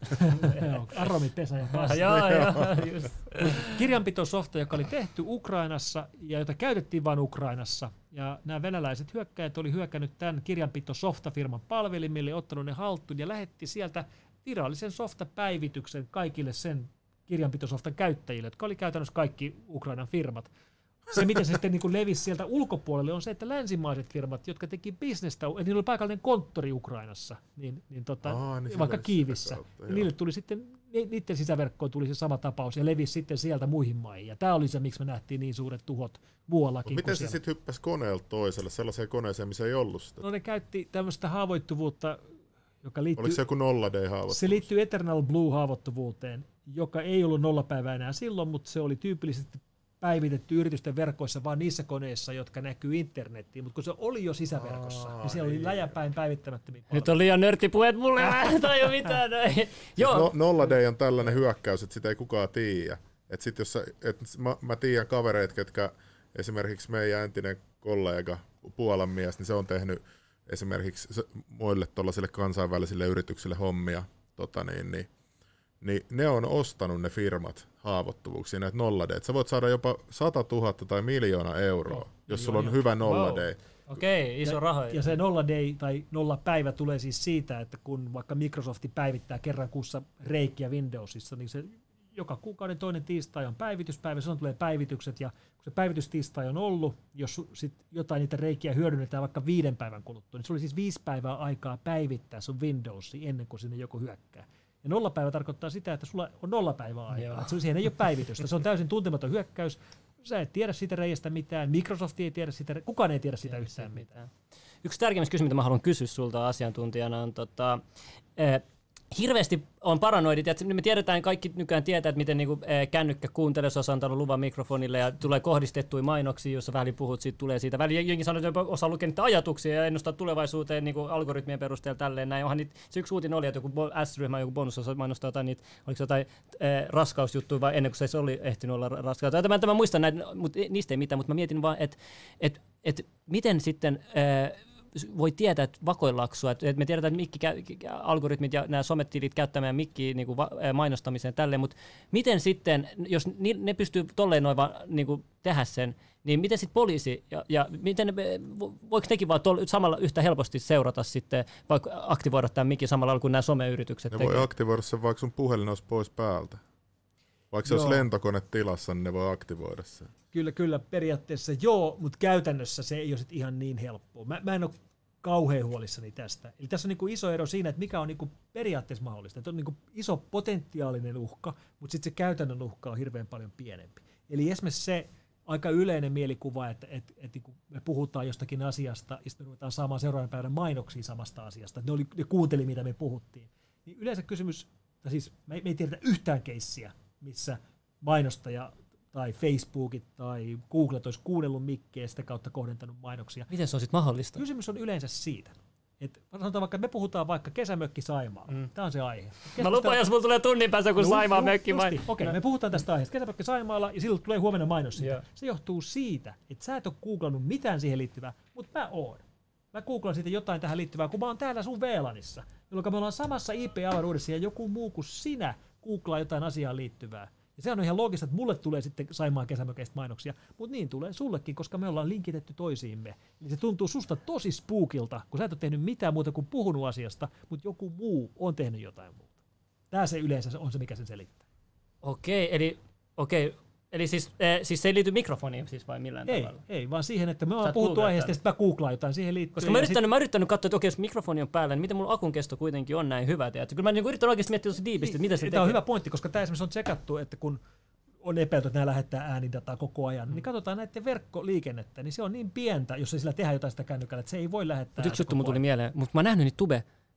Aromi, pesä ja passi. Joo, joo, just. Kirjanpitosofta, joka oli tehty Ukrainassa ja jota käytettiin vain Ukrainassa. Ja nämä venäläiset hyökkäjät oli hyökännyt tämän kirjanpitosoftafirman palvelimille, ottanut ne haltuun ja lähetti sieltä virallisen softapäivityksen kaikille sen kirjanpitosoftan käyttäjille, jotka oli käytännössä kaikki Ukrainan firmat. Se, miten se sitten niin kuin levisi sieltä ulkopuolelle, on se, että länsimaiset firmat, jotka teki bisnestä, että niillä oli paikallinen konttori Ukrainassa, niin, niin, tota, Aa, niin vaikka Kiivissä, kautta, niin niille tuli sitten, niiden sisäverkkoon tuli se sama tapaus ja levisi sitten sieltä muihin maihin. Ja tämä oli se, miksi me nähtiin niin suuret tuhot muuallakin. Miten se sitten hyppäsi koneelta toiselle, sellaiseen koneeseen, missä ei ollut sitä? No ne käytti tämmöistä haavoittuvuutta, joka liittyy... Oliko se joku nolla day-haavoittuvuus? Se liittyy Eternal Blue-haavoittuvuuteen, joka ei ollut nollapäivää enää silloin, mutta se oli tyypillisesti päivitetty yritysten verkoissa vaan niissä koneissa, jotka näkyy internettiin, mutta kun se oli jo sisäverkossa, Aa, niin siellä oli läjäpäin päivittämättömiä palveluja. Nyt on liian nörttipuheet mulle, ei tajua mitään. Siis no, nolla day on tällainen hyökkäys, että sitä ei kukaan tiedä. Et sit jos sä, et mä, mä tiedän kavereita, ketkä esimerkiksi meidän entinen kollega, Puolan mies, niin se on tehnyt esimerkiksi muille tuollaisille kansainvälisille yrityksille hommia, tota niin, niin, niin ne on ostanut ne firmat haavoittuvuuksia, näitä nolla-day. Sä voit saada jopa sata tuhatta tai miljoona euroa, no, jos joo, sulla on jo hyvä nolla-day. Wow. Okei, iso raha. Ja se nolla-day tai nolla-päivä tulee siis siitä, että kun vaikka Microsoft päivittää kerran kuussa reikiä Windowsissa, niin se joka kuukauden toinen tiistai on päivityspäivä, silloin tulee päivitykset, ja kun se päivitystiistai on ollut, jos sit jotain niitä reikiä hyödynnetään vaikka viiden päivän kuluttua, niin se oli siis viisi päivää aikaa päivittää sun Windowsi ennen kuin sinne joku hyökkää. Ja nollapäivä tarkoittaa sitä, että sulla on nolla päivää aikaa, että siihen ei ole päivitystä, se on täysin tuntematon hyökkäys, sä et tiedä siitä reiästä mitään, Microsoft ei tiedä sitä, kukaan ei tiedä sitä yhtään mitään. Yksi tärkeimmistä kysymys, mitä mä haluan kysyä sulta asiantuntijana on tota, eh, hirveästi on paranoidit, että me tiedetään, kaikki nykyään tietää, että miten niinku, äh, kännykkä kuuntelee, jos on antanut luvan mikrofonille ja tulee kohdistettuja mainoksia, jossa väliin puhut, siitä tulee siitä. Väliin jenkin sanoo, että osaa lukea niitä ajatuksia ja ennustaa tulevaisuuteen niinku algoritmien perusteella tälleen näin. Onhan niitä, se yksi uutinen oli, että joku S-ryhmä, joku bonusosa mainostaa jotain niitä, oliko se jotain äh, raskausjuttuja vai ennen kuin se oli ehtinyt olla raskautta. Tämä, tämä muistan näitä, mutta niistä ei mitään, mutta mä mietin vaan, että et, et, miten sitten äh, voi tietää, että vakoillaanko sua. Että me tiedetään, että mikki-algoritmit ja nämä sometilit käyttämään mikkiä niin kuin mainostamiseen tälleen, mutta miten sitten, jos ne pystyy tolleen noin vaan niin kuin tehdä sen, niin miten sitten poliisi, ja, ja miten, voiko nekin vaan tol, samalla yhtä helposti seurata sitten, vaikka aktivoida tämän mikin samalla lailla kuin nämä someyritykset ne tekee? Voi aktivoida sen, vaikka sun puhelin olisi pois päältä. Vaikka se olisi lentokone tilassa, niin ne voi aktivoida sen. Kyllä, kyllä, periaatteessa joo, mutta käytännössä se ei ole sit ihan niin helppoa. Mä, mä en ole kauhean huolissani tästä. Eli tässä on niinku iso ero siinä, että mikä on niinku periaatteessa mahdollista. Että on niinku iso potentiaalinen uhka, mutta sitten se käytännön uhka on hirveän paljon pienempi. Eli esimerkiksi se aika yleinen mielikuva, että, että, että me puhutaan jostakin asiasta ja sitten me ruvetaan saamaan seuraavan päivänä mainoksia samasta asiasta. Että ne, oli, ne kuunteli, mitä me puhuttiin. Niin yleensä kysymys, tai siis me, me ei tiedetä yhtään keissiä, missä mainostaja tai Facebookit tai Googlet olisi kuunnellut mikkiä ja sitä kautta kohdentanut mainoksia. Miten se on sitten mahdollista? Kysymys on yleensä siitä, että sanotaan vaikka, me puhutaan vaikka kesämökki Saimaalla. Mm. Tämä on se aihe. Keskustelu... Mä lupaan, jos mulla tulee tunnin päästä, kun no, Saimaa no, mökki. Okei, okay, no. Me puhutaan tästä aiheesta. Kesämökki Saimaalla ja silloin tulee huomenna mainos. Yeah. Se johtuu siitä, että sä et ole googlannut mitään siihen liittyvää, mutta mä oon. Mä googlaan siitä jotain tähän liittyvää, kun mä oon täällä sun V LANissa, jolloin me ollaan samassa I P-avaruudessa ja joku muu kuin sinä googlaa jotain asiaan liittyvää. Ja se on ihan loogista, että mulle tulee sitten Saimaan kesämökeistä mainoksia, mutta niin tulee sullekin, koska me ollaan linkitetty toisiimme. Eli se tuntuu susta tosi spookilta, kun sä et ole tehnyt mitään muuta kuin puhunut asiasta, mutta joku muu on tehnyt jotain muuta. Tämä se yleensä on se, mikä sen selittää. Okei, eli, okei, eli siis, äh, siis se ei liity mikrofoniin siis vai millään ei, tavalla? Ei, vaan siihen, että me ollaan puhuttu aiheesta ja sitten mä googlaan jotain siihen liittyen. Koska mä yrittänyt, sit... mä yrittänyt katsoa, että okei, jos mikrofoni on päällä, niin miten mulla akun kesto kuitenkin on näin hyvä. Tiedätkö? Kyllä mä niin yrittänyt oikeasti miettiä tosi diipisti, että mitä se tekee. Tämä on hyvä pointti, koska tämä esimerkiksi on tsekattu, että kun on epäilty, että nämä lähettää äänidataa koko ajan, mm. niin katsotaan näiden verkkoliikennettä, niin se on niin pientä, jos ei sillä tehdä jotain sitä kännykällä, että se ei voi lähettää. Mutta yksi juttu mun tuli mieleen, mutta mä oon nähnyt niitä tube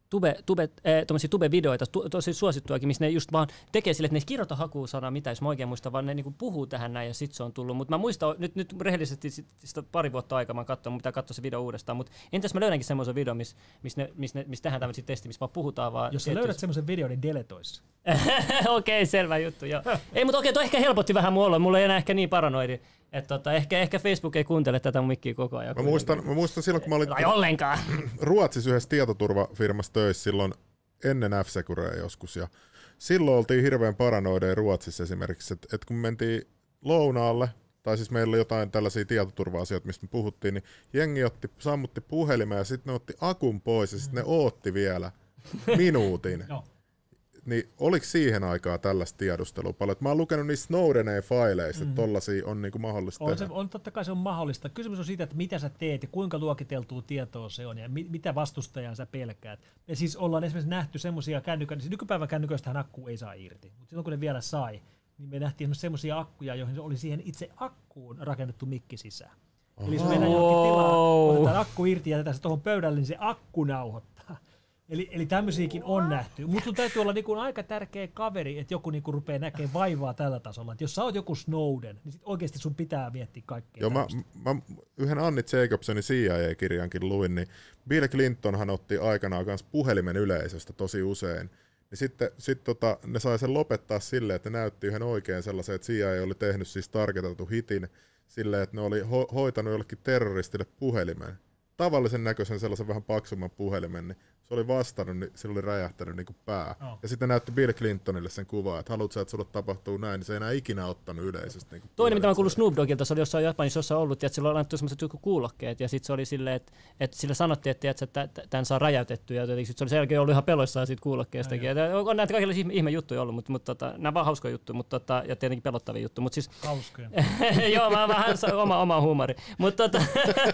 tube, tube, äh, tube-videoita, tu, tosi suosittuakin, missä ne just vaan tekee sille, että ne ei kirjoita hakusanaa mitään, jos mä oikein muistan, vaan ne niinku puhuu tähän näin ja sit se on tullut. Mutta mä muistan, nyt, nyt rehellisesti sitä pari vuotta aikaa mä oon katsonut, mun pitää katsoa se video uudestaan, mutta entäs mä löydänkin semmoisen videon, missä mis mis mis tehdään tämmöisiä testiä, missä vaan puhutaan vaan. Jos sä tietysti löydät semmoisen videon, niin deletois. Okei, okay, selvä juttu, joo. Ei, mutta okei, okay, toi ehkä helpotti vähän mulla, mulla ei enää ehkä niin paranoidi. Että tota, ehkä, ehkä Facebook ei kuuntele tätä mikkiä koko ajan. Mä muistan, mä muistan silloin, kun mä olin Ai ollenkaan. Ruotsissa yhdessä tietoturvafirmassa töissä silloin ennen F-Securea joskus. Ja silloin oltiin hirveän paranoideja Ruotsissa esimerkiksi, että et kun mentiin lounaalle, tai siis meillä oli jotain tällaisia tietoturva-asioita, mistä me puhuttiin, niin jengi otti, sammutti puhelimeen ja sitten ne otti akun pois ja sitten ne ootti vielä minuutin. No. Niin oliko siihen aikaa tällaista tiedustelua paljon? Mä oon lukenut niistä Snowdenin faileista, mm. että tollasia on niinku mahdollista on, tehdä. Se, on totta kai se on mahdollista. Kysymys on siitä, että mitä sä teet ja kuinka luokiteltua tietoa se on ja mi- mitä vastustajaa sä pelkäät. Me siis ollaan esimerkiksi nähty semmoisia kännyköitä, siis nykypäivän kännyköistähän akku ei saa irti, mutta silloin kun ne vielä sai, niin me nähtiin semmoisia akkuja, joihin oli siihen itse akkuun rakennettu mikki sisään. Aha. Eli jos mennään johonkin tilaan, otetaan akku irti ja jätetään se tuohon pöydälle, niin se akku nauhoittaa. Eli, eli tämmöisiäkin on nähty. Mutta sun täytyy olla niinku aika tärkeä kaveri, että joku niinku rupeaa näkemään vaivaa tällä tasolla. Et jos sä oot joku Snowden, niin sit oikeasti sun pitää miettiä kaikkea. Joo, mä, mä yhden Anni Jacobsonin C I A-kirjankin luin, niin Bill Clintonhan otti aikanaan myös puhelimen yleisöstä tosi usein. Niin sitten sit tota, ne sai sen lopettaa silleen, että ne näytti yhden oikein sellaisen, että C I A oli tehnyt siis targetettu hitin silleen, että ne oli ho- hoitanut jollekin terroristille puhelimen. Tavallisen näköisen sellaisen vähän paksumman puhelimen, niin se oli vastannut, niin sillä oli räjähtänyt niin kuin pää. Oh. Ja sitten näytti Bill Clintonille sen kuvaa, että haluatko sä, että sulle tapahtuu näin, niin se ei enää ikinä ottanut yleisesti. Niin toinen, mitä mä kuullut Snoop Doggilta, se oli jossain Japanissa jossain ollut, että sillä on annettu sellaiset joku kuulokkeet, ja sitten se oli silleen, että, että sillä sanottiin, että, että tämän saa räjäytettyä, ja sitten se oli sen jälkeen ollut ihan peloissaan siitä kuulokkeestakin. On näitä kaikenlaisia ihme juttuja ollut, mutta, mutta tota, nämä on vaan hauskoja juttuja, mutta, tota, ja tietenkin pelottavia juttuja. Mutta siis, hauskoja. Joo, mä vähän oma, oma huumori. Mutta tota,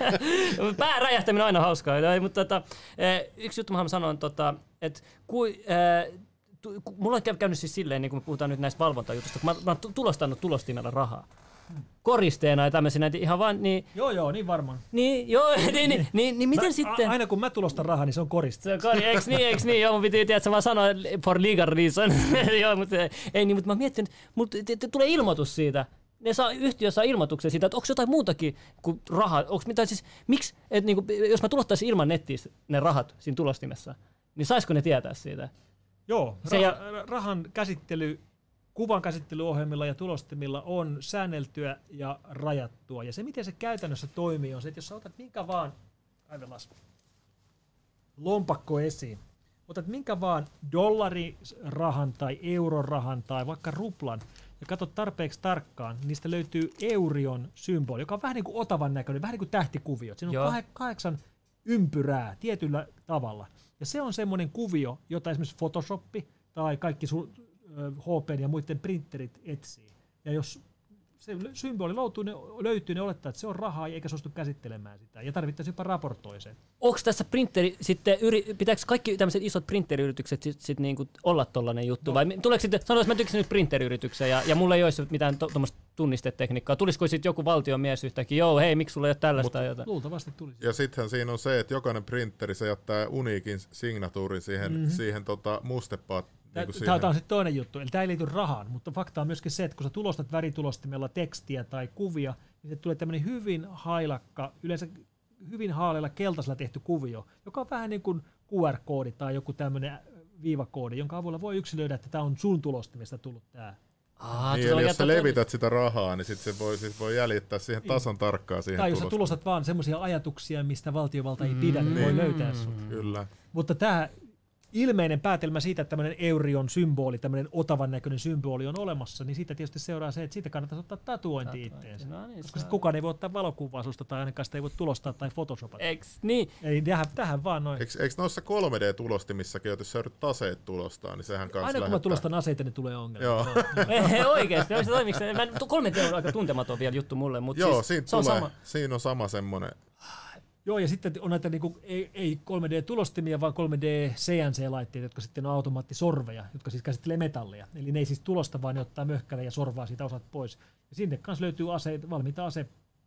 pää räjähtäminen on aina hauskaa. Mutta tota, yksi juttu mä sanon, tota, että ku, äh, tu, ku, mulla on käynyt siis silleen, niin kun me puhutaan nyt näistä valvontajutusta, kun mä, mä oon tulostanut tulostimella rahaa. Koristeena ja tämmöisenä, ihan vaan niin... Joo, joo, niin varmaan. Niin, joo, niin, niin, niin, niin, niin miten mä, sitten... Aina kun mä tulostan rahaa, niin se on koriste. Se on kori, eiks niin, eiks niin, joo, mun piti tiedä, että mä sanoin for legal reason. Joo, mutta ei niin, mutta mä mietin, mutta tulee ilmoitus siitä. Ne saa, yhtiö saa ilmoituksen siitä, että onko jotain muutakin kuin rahaa. Onko mitään siis, miksi, että niinku, jos mä tulostaisin ilman nettiä ne rahat siinä tulostimessa, niin saisiko ne tietää siitä? Joo, rah- ja... rahan käsittely, kuvan käsittelyohjelmilla ja tulostimilla on säänneltyä ja rajattua. Ja se, miten se käytännössä toimii, on se, että jos sä otat minkä vaan, aivelas, lompakko esiin, otat minkä vaan dollarirahan tai eurorahan tai vaikka ruplan, ja katsot tarpeeksi tarkkaan, niin niistä löytyy eurion symboli, joka on vähän niin kuin Otavan näköinen, vähän niin kuin tähtikuviot. Siinä on kah- kahdeksan ympyrää tietyllä tavalla. Ja se on semmoinen kuvio, jota esimerkiksi Photoshop tai kaikki su- H P ja muiden printerit etsii. Ja jos se symboli löytyy, ne, löytyy, ne olettaa, että se on rahaa eikä suostu käsittelemään sitä. Ja tarvittaisiin jopa raportoiseen. Onko tässä printeri sitten, yri, pitääkö kaikki tämmöiset isot printeriyritykset sit, sit niinku olla tollainen juttu? No. Vai tuleeko sitten, sanotaan, että mä tykkäsin nyt printeriyrityksen ja, ja mulla ei olisi mitään tuommoista to, tunnistetekniikkaa. Tulisiko sitten joku valtiomies yhtäkkiä, joo hei, miksi sulla ei ole tällaista? Mut, jotain? Luultavasti tulisi. Ja sittenhän siinä on se, että jokainen printeri se jättää uniikin signatuurin siihen, mm-hmm. siihen tota mustepaat. Niin tämä on sitten toinen juttu, eli tämä ei liity rahaan, mutta fakta on myöskin se, että kun sä tulostat väritulostimella tekstiä tai kuvia, niin se tulee tämmöinen hyvin hailakka, yleensä hyvin haaleilla keltaisella tehty kuvio, joka on vähän niin kuin Q R-koodi tai joku tämmöinen viivakoodi, jonka avulla voi yksilöidä, että tämä on sun tulostimesta tullut tämä. Ah, niin, eli jos sä levität sitä rahaa, niin sit se voi, siis voi jäljittää siihen tasan tarkkaan siihen tai jos sä tulostat vaan semmoisia ajatuksia, mistä valtiovalta ei pidä, niin, niin voi löytää sut. Kyllä. Mutta tämä ilmeinen päätelmä siitä, että tämmöinen eurion symboli, tämmöinen Otavan näköinen symboli on olemassa, niin siitä tietysti seuraa se, että siitä kannattaisi ottaa tatuointi itteensä. No niin, koska kukaan ei voi ottaa valokuvaa susta tai ainakaan sitä ei voi tulostaa tai photoshopata. Eiks niin? Ei, tähän, tähän vaan noin. Eikö, eikö noissa kolme D-tulostimissakin, jos sä yrität aseet tulostaa, niin sehän kanssa aina lähettää. kun mä tulostan aseita, niin tulee ongelma. Joo. Ei oikeesti, se toimiko se? kolme D on aika tuntematon vielä juttu mulle, mutta joo, siis, siinä, se on tulee, sama. siinä on sama semmoinen. Joo, ja sitten on näitä niinku, ei, ei kolme D-tulostimia, vaan kolme D-C N C-laitteita, jotka sitten on automaattisorveja, jotka siis käsittelee metallia. Eli ne ei siis tulosta, vaan ne ottaa möhkäle ja sorvaa siitä osat pois. Ja sinne kanssa löytyy aseita, valmiita ase,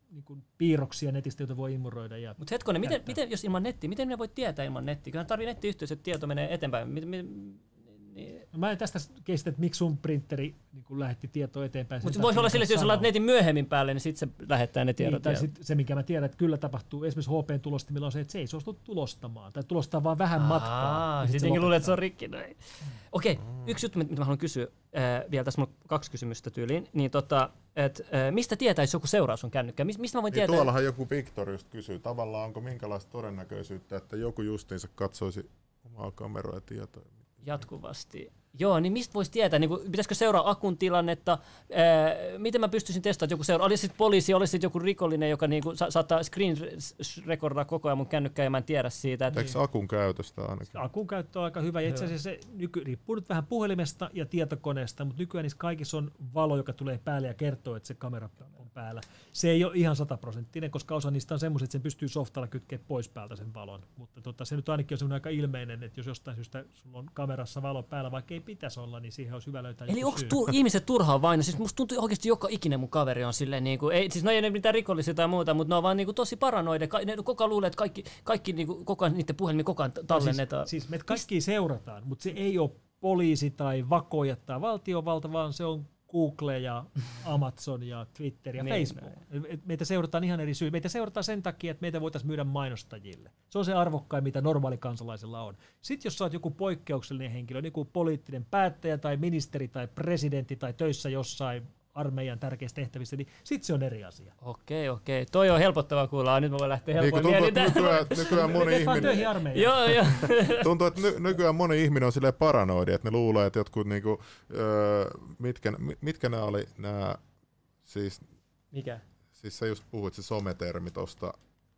niin kuin piirroksia netistä, joita voi imuroida. Mutta hetkonen, miten, miten, jos ilman nettiä, miten ne voi tietää ilman nettiä? Kyllä tarvii nettiyhteys, että tieto menee eteenpäin. Mi, mi, niin. No mä en tästä kestä, että miksi sun printeri niin lähetti tietoa eteenpäin. Mutta voisi olla sille, että jos sä laat netin myöhemmin päälle, niin sitten se lähettää ne tiedot. Niin, tai sit se, mikä mä tiedän, että kyllä tapahtuu, esimerkiksi H P:n tulostimilla on se, että se ei suostu tulostamaan, tai tulostaa vaan vähän Aa, matkaa. Sitten luulet, että se on rikki. Okei, okay, yksi juttu, mitä mä haluan kysyä äh, vielä, tässä on kaksi kysymystä tyyliin, niin tota, et, äh, mistä tietää, jos joku seuraa sun kännykkää? Mist, mistä mä voin tietää? Tuollahan joku Victor just kysyy, tavallaan onko minkälaista todennäköisyyttä, että joku justiinsa katsoisi omaa kameraa tietoa? Jatkuvasti. Joo, niin mistä voisi tietää, niin kuin, pitäisikö seuraa akun tilannetta, ää, miten mä pystyisin testaamaan, että joku seuraa, olisi sitten poliisi, olisi sitten joku rikollinen, joka niin kuin, sa- saattaa screen recordaa koko ajan mun kännykkää ja mä en tiedä siitä. Että... Eikö akun käytöstä ainakin? Akun käyttö on aika hyvä, ja itse asiassa se nyky, riippuu nyt vähän puhelimesta ja tietokoneesta, mutta nykyään niissä kaikissa on valo, joka tulee päälle ja kertoo, että se kamera on päällä. Se ei ole ihan sataprosenttinen, koska osa niistä on semmoiset, että sen pystyy softalla kytkeä pois päältä sen valon, mutta tota, se nyt ainakin on semmoinen aika ilmeinen, että jos jostain syystä sulla on kamerassa valo päällä, vaikka ei pitäisi olla, niin siihen olisi hyvä löytää. Eli onko tu- ihmiset turhaan vain? Siis musta tuntuu oikeasti joka ikinen mun kaveri on silleen, niin kuin, ei, siis no ei ole mitään rikollisia tai muuta, mutta ne on vaan niin kuin tosi paranoide. Ka- ne koko ajan luulee, että kaikki, kaikki niin kuin, koko ajan niiden puhelimia koko ajan tallennetaan. Siis, siis me kaikki seurataan, mutta se ei ole poliisi tai vakoja tai valtiovalta, vaan se on Google ja Amazon ja Twitter ja niin, Facebook. Näin. Meitä seurataan ihan eri syy. Meitä seurataan sen takia, että meitä voitaisiin myydä mainostajille. Se on se arvokkain, mitä normaali kansalaisella on. Sitten jos sä oot joku poikkeuksellinen henkilö, joku poliittinen päättäjä tai ministeri tai presidentti tai töissä jossain armeijan tärkeissä tehtävissä, niin sitten se on eri asia. Okei, okei. Toi on helpottavaa kuulla. Nyt mä voin lähteä helpoin niin, tuntuu, nykyään, nykyään moni ihminen... joo, joo. Tuntuu, että ny, nykyään moni ihminen on silleen paranoidi, että ne luulee, että jotkut niinku, öö, mitkä, mitkä nämä oli nämä, siis... Mikä? Siis sä just puhuit se sometermi tosta.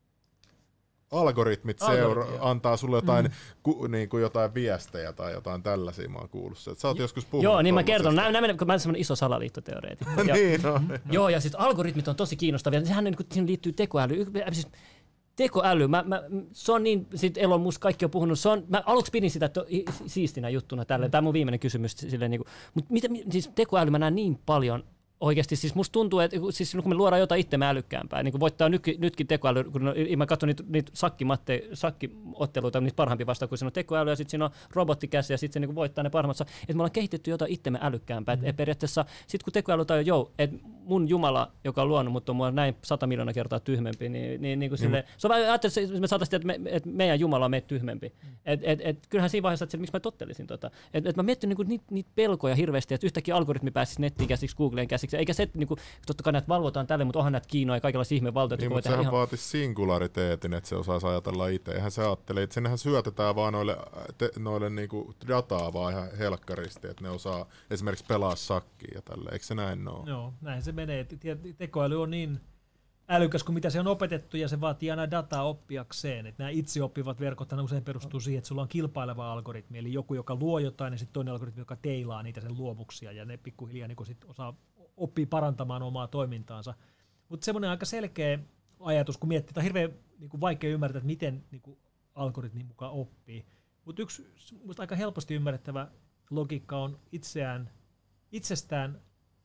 Algoritmit seura- antaa sulle jotain, mm. ku, niin kuin jotain viestejä tai jotain tällaisia, mä oon kuullut. Sä oot joskus puhunut. Joo, niin mä kerton. Nämä menee, kun mä olen semmoinen iso salaliittoteoreetikko. niin, no. Joo, ja sitten algoritmit on tosi kiinnostavia. Sehän niin, siihen liittyy tekoäly. Siis tekoäly, mä, mä, se on niin, sit Elon Musk kaikki on puhunut, se on, mä aluksi pidin sitä to, siistinä juttuna tälle. Tämä on mun viimeinen kysymys. Silleen, niin kuin, mutta mitä, siis tekoäly mä näen niin paljon. Oikeasti siis musta tuntuu, että siis kun me luodaan jotain itsemme älykkäämpää, niin kuin voittaa nyt, nytkin tekoäly, kun no, mä katson niitä, niitä sakkimatte, sakkiotteluita, niitä parhaimpia vastaan, kun siinä on tekoäly ja sitten siinä on robottikäsi ja sitten se niin kuin voittaa ne parhaimmat. Että me ollaan kehitetty jotain itsemme älykkäämpää. Mm-hmm. Et periaatteessa sitten kun tekoäly tajuu, joo, että mun Jumala, joka on luonut mut on mua näin sata miljoonaa kertaa tyhmempi, niin, niin, niin kuin silleen, mm-hmm. se on ajattelin, että me saataisiin, että, me, että meidän Jumala on meitä tyhmempi. Mm-hmm. Et, et, et, kyllähän siinä vaiheessa, että se, miksi mä tottelisin tota. Että et mä miettin niin niitä niit pelkoja hirveästi, että yhtäkkiä algoritmi pääsisi nettiin käsiksi, Googleen käsiksi, eikä se, että niin kuin, totta kai näitä valvotaan tälle, mutta onhan näitä Kiinoa ja kaikenlaisia ihmevaltoja. Niin, mutta sehän ihan... vaatisi singulariteetin, että se osaisi ajatella itse. Eihän se ajattele, että senhän syötetään vaan noille, te, noille niinku dataa vaan ihan helkkaristi, että ne osaa esimerkiksi pelaa sakkia ja tälle. Eikö se näin ole? Joo, näin se menee. Tekoäly on niin älykäs kuin mitä se on opetettu ja se vaatii aina dataa oppiakseen. Että nämä itseoppivat verkot usein perustuu siihen, että sulla on kilpaileva algoritmi, eli joku, joka luo jotain ja sitten toinen algoritmi, joka teilaa niitä sen luomuksia ja ne pikkuhiljaa niin sit osaa oppii parantamaan omaa toimintaansa. Mutta semmoinen aika selkeä ajatus, kun miettii, että on hirveän niin kuin vaikea ymmärtää, että miten niin kuin algoritmi mukaan oppii. Mutta yksi musta aika helposti ymmärrettävä logiikka on itseään, itsestään,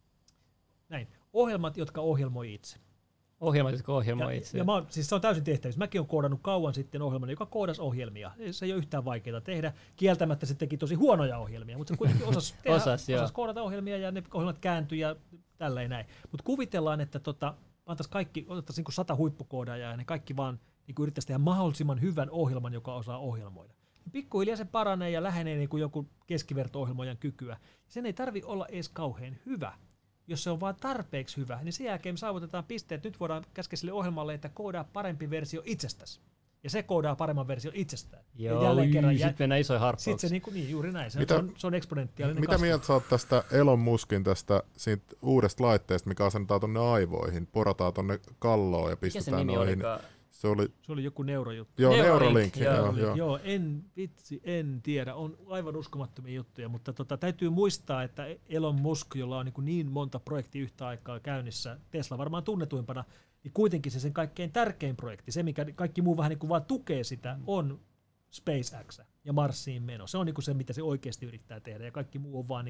näin, ohjelmat, jotka ohjelmoi itse. Ohjelmat, jotka ohjelmoi itse. Ja, ja mä oon, siis se on täysin tehtävissä. Mäkin olen koodannut kauan sitten ohjelman, joka koodasi ohjelmia. Se ei ole yhtään vaikeaa tehdä. Kieltämättä se teki tosi huonoja ohjelmia, mutta se kuitenkin osasi, tehdä, Osas, osasi koodata ohjelmia ja ne ohjelmat kääntyi ja tälleen näin. Mutta kuvitellaan, että tota, kaikki, otettaisiin niin sata huippukoodaajaa ja ne kaikki vaan niin yrittäisi tehdä mahdollisimman hyvän ohjelman, joka osaa ohjelmoida. Pikkuhiljaa se paranee ja lähenee niin kuin joku keskiverto-ohjelmoijan kykyä. Sen ei tarvitse olla edes kauhean hyvä. Jos se on vaan tarpeeksi hyvä, niin sen jälkeen me saavutetaan pisteet. Nyt voidaan käskeä sille ohjelmalle, että koodaa parempi versio itsestäsi. Ja se koodaa paremman version itsestään. Joo, ja kerran, sitten mennään isoja harppauksia. Sitten se, niin, kuin, niin, juuri näin. Se, mitä, on, se on eksponentiaalinen Mitä kasvu. mieltä sä oot tästä Elon Muskin tästä siitä uudesta laitteesta, mikä asennetaan tonne aivoihin, porataan tonne kalloon ja pistetään noihin. Se oli, se oli joku neurojuttu. Joo, Neuralink. Joo, joo, joo. joo, en vitsi, en tiedä. On aivan uskomattomia juttuja, mutta tota, täytyy muistaa, että Elon Musk, jolla on niin, niin monta projektia yhtä aikaa käynnissä, Tesla varmaan tunnetuimpana, niin kuitenkin se sen kaikkein tärkein projekti, se mikä kaikki muu vähän niin kuin vaan tukee sitä, on SpaceX ja Marsiin meno. Se on niin kuin se, mitä se oikeasti yrittää tehdä ja kaikki muu on vaan niin kuin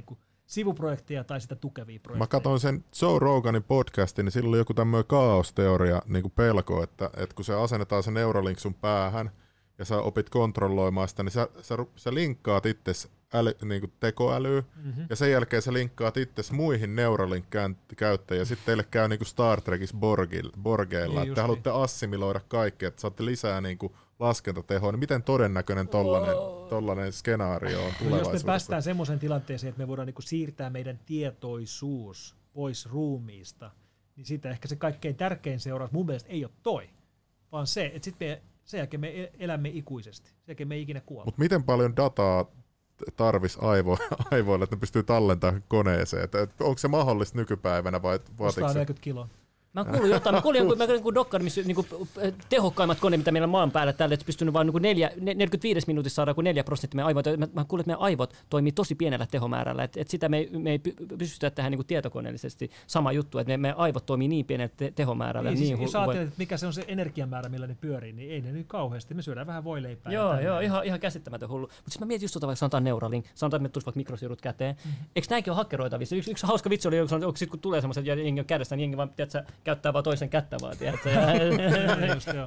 sivuprojekteja tai sitä tukevia projekteja. Mä katsoin sen Joe Roganin podcastin, niin sillä oli joku tämmöinen kaosteoria, niin kuin pelko, että, että kun se asennetaan se Neuralink sun päähän ja sä opit kontrolloimaan sitä, niin sä, sä, sä linkkaat itses äly, niin kuin tekoälyyn mm-hmm. ja sen jälkeen sä linkkaat itses muihin Neuralink-käyttäjiin ja sitten teille käy niin kuin Star Trekissa Borgeilla, niin, että te haluatte niin. assimiloida kaikkea, että saatte lisää niin kuin laskentatehoa, niin miten todennäköinen tollainen, oh. tollainen skenaario on tulevaisuudessa? No jos me päästään semmoiseen tilanteeseen, että me voidaan niin kuin siirtää meidän tietoisuus pois ruumiista, niin siitä ehkä se kaikkein tärkein seuraus mun mielestä ei ole toi, vaan se, että sit me, sen jälkeen me elämme ikuisesti, sen jälkeen me ei ikinä kuolla. Mutta miten paljon dataa tarvisi aivo, aivoille, että ne pystyy tallentamaan koneeseen? Et, et onko se mahdollista nykypäivänä vai vaatiiko se? neljäkymmentä kiloa. Mä kuulin jotain, mä kuulin jonkun, mä kuulin dokkari, missä niinku, tehokkaimmat koneet, mitä meillä maan päällä tällä, että pystynyt vain niinku neljä, neljäkymmentäviisi minuutissa saada kuin neljä prosenttia meidän aivoita. Mä, mä kuulin, että meidän aivot toimii tosi pienellä tehomäärällä, että, että sitä me ei, me ei pystytä tähän niinku tietokoneellisesti sama juttu, että me, meidän aivot toimii niin pienellä te, tehomäärällä. Niin, niin siis, jos ajattelet, että mikä se on se energiamäärä, millä ne pyörii, niin ei ne nyt kauheasti. Me syödään vähän voileipää. Joo, joo, ihan, ihan käsittämätön hullu. Mutta sitten mä mietin just tuota, vaikka sanotaan Neuralink, sanotaan, että me tulisi vaikka mikrosirut käteen. Mm-hmm. Eikö näinkin ole hakkeroitavissa? Yksi, yksi hauska vitsi oli, onko sitten kun tulee semmoiset, ja jengi on kädessä, niin jengi vaan tiedätkö, käyttää vaan toisen kättä vaan, tiedätkö? Just, joo.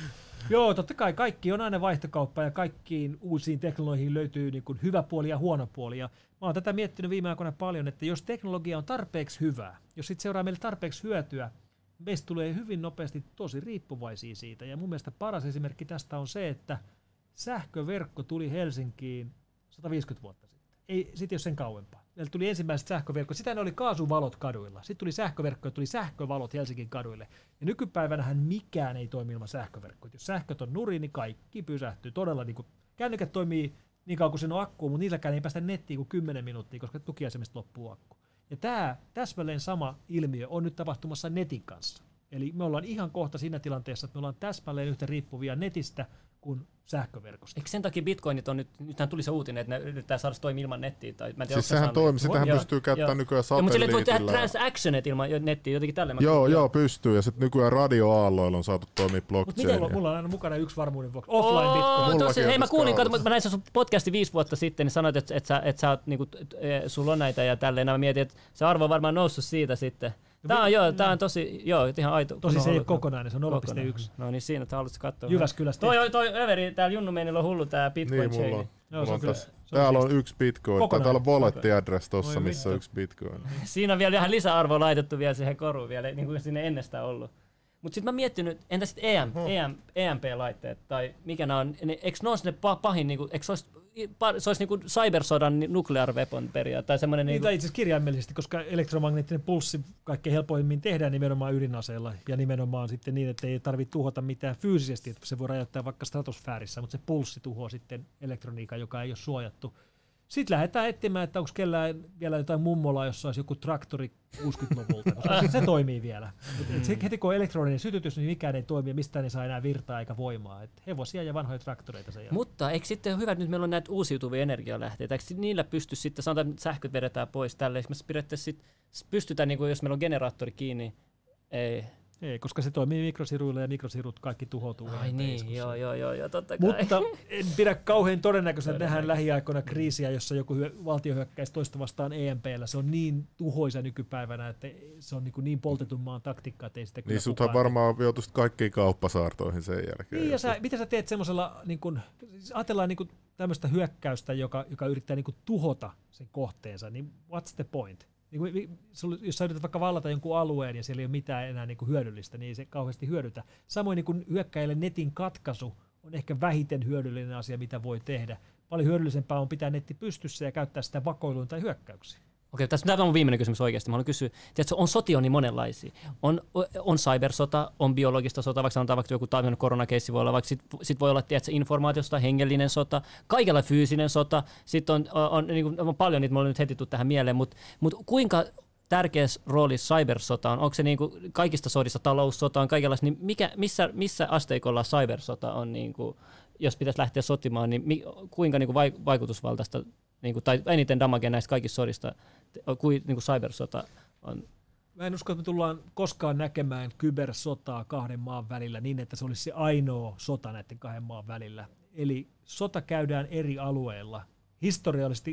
Joo, totta kai kaikki on aina vaihtokauppa ja kaikkiin uusiin teknologiin löytyy niin kuin hyvä puoli ja huono puoli. Ja mä oon tätä miettinyt viime aikoina paljon, että jos teknologia on tarpeeksi hyvää, jos sit seuraa meille tarpeeksi hyötyä, meistä tulee hyvin nopeasti tosi riippuvaisia siitä. Ja mun mielestä paras esimerkki tästä on se, että sähköverkko tuli Helsinkiin sata viisikymmentä vuotta sitten. Ei, sit ei ole sen kauempaa. Meillä tuli ensimmäiset sähköverkot. Sitä ne oli kaasuvalot kaduilla. Sitten tuli sähköverkko ja tuli sähkövalot Helsingin kaduille. Ja nykypäivänähän mikään ei toimi ilman sähköverkkoa. Jos sähköt on nurin, niin kaikki pysähtyy. Todella niin kuin, kännykät toimii niin kauan kuin siinä on akkua, mutta niilläkään ei päästä nettiin kuin kymmenen minuuttia, koska tukiasemista loppuu akku. Ja tämä täsmälleen sama ilmiö on nyt tapahtumassa netin kanssa. Eli me ollaan ihan kohta siinä tilanteessa, että me ollaan täsmälleen yhtä riippuvia netistä kuin sähköverkosta. Eikö sen takia bitcoinit on nyt, nythän tuli se uutinen, että ne yrittää saada toimia ilman nettiä? Tai, mä en tiedä, siis sehän toimii, sitähän joo, pystyy käyttämään nykyään satelliitilla. Mutta sille voi tehdä transactionit ilman nettiä, jotenkin tällä. Joo, joo, pystyy. Ja sitten nykyään radioaalloilla on saatu toimia blockchainia. Mulla, mulla on aina mukana yksi varmuuden vuoksi. Offline bitcoin. Tosi, hei, mä kuulin, kato, mä näin sun podcastin viisi vuotta sitten, niin sanoit, että, että, sä, että sä oot, niinku, sulla on näitä ja tälleen. Mä mietin, että se arvo on varmaan noussut siitä sitten. Tää on, joo, tää on tosi, joo, ihan aito. Tosi se ei ole kokonainen, se on nolla pilkku yksi. No niin, siinä, että haluatko katsoa. Jyväskylästä. Toi, toi Överi, täällä Junnumeinillä on hullu tää Bitcoin chain. Niin, mulla on. Joo, on kyllä, täällä on yksi Bitcoin, tai täällä on wallet address tossa, missä on yksi Bitcoin. Siinä on vielä vähän lisäarvoa laitettu vielä siihen koruun vielä, niin kuin sinne ennestään ollut. Mutta sitten mä miettinyt, entä sitten E M, hmm. E M, E M P-laitteet, tai mikä nämä on, ne, eikö ne ole sinne pahin, niinku, eikö se olisi, se olisi niinku cybersodan nuclear weapon periaate, tai semmoinen niin, niinku... tai itse asiassa kirjaimellisesti, koska elektromagneettinen pulssi kaikkein helpoimmin tehdään nimenomaan ydinaseella, ja nimenomaan sitten niin, että ei tarvitse tuhota mitään fyysisesti, että se voi rajoittaa vaikka stratosfäärissä, mutta se pulssi tuhoaa sitten elektroniikan, joka ei ole suojattu. Sitten lähdetään etsimään, että onko kellään vielä jotain mummolaa, jossa olisi joku traktori kuusikymmentäluvulta, koska se toimii vielä. Et se, heti kun on elektroninen sytytys, niin mikään ei toimi ja mistään ei saa enää virtaa eikä voimaa. Et hevosia ja vanhoja traktoreita sen jälkeen. Mutta eikö sitten ole hyvä, että nyt meillä on näitä uusiutuvia energialähteitä, eikö niillä pysty sitten, sanotaan, että sähköt vedetään pois tälle, eikö me pystytään, niin kuin, jos meillä on generaattori kiinni, ei... Ei, koska se toimii mikrosiruilla ja mikrosirut kaikki tuhoutuu. Ai niin, joo, joo, joo, joo, totta kai. Mutta en pidä kauhean todennäköisenä, että nähdään lähiaikoina kriisiä, jossa joku hyö, valtio hyökkäisi toista vastaan E M P:llä. Se on niin tuhoisa nykypäivänä, että se on niin, niin poltetun maan taktiikka, että ei sitä kyllä niin suthan varmaan joutuisi kaikkiin kauppasaartoihin sen jälkeen. Niin, ja sä, mitä sä teet semmoisella, niin kun, siis ajatellaan niin kun tämmöistä hyökkäystä, joka, joka yrittää niin kun tuhota sen kohteensa, niin what's the point? Niin, jos sä yrität vaikka vallata jonkun alueen ja siellä ei ole mitään enää niin kuin hyödyllistä, niin ei se kauheasti hyödytä. Samoin niin kuin hyökkäjille netin katkaisu on ehkä vähiten hyödyllinen asia, mitä voi tehdä. Paljon hyödyllisempää on pitää netti pystyssä ja käyttää sitä vakoiluun tai hyökkäyksiin. Okei, tässä on mun viimeinen kysymys oikeasti. Mä haluan kysyä, tiedätkö, on sotia niin monenlaisia. On, on cybersota, on biologista sota, vaikka sanotaan vaikka joku koronakeissi voi olla, vaikka sit, sit voi olla tiedätkö, informaatiosta, hengellinen sota, kaikella fyysinen sota, sitten on, on, on, niin kuin, on paljon niitä, mulla nyt heti tullut tähän mieleen, mutta mut kuinka tärkeässä roolissa cybersota on? Onko se niin kuin kaikista sodissa taloussota on kaikenlaista, niin mikä, missä, missä asteikolla cybersota on, niin kuin, jos pitäisi lähteä sotimaan, niin mi, kuinka niin kuin vaikutusvaltaista niin kuin, tai eniten damagea näistä kaikista sodista, kuin niin kuin cybersota on? Mä en usko, että me tullaan koskaan näkemään kybersotaa kahden maan välillä niin, että se olisi se ainoa sota näiden kahden maan välillä. Eli sota käydään eri alueilla. Historiallisesti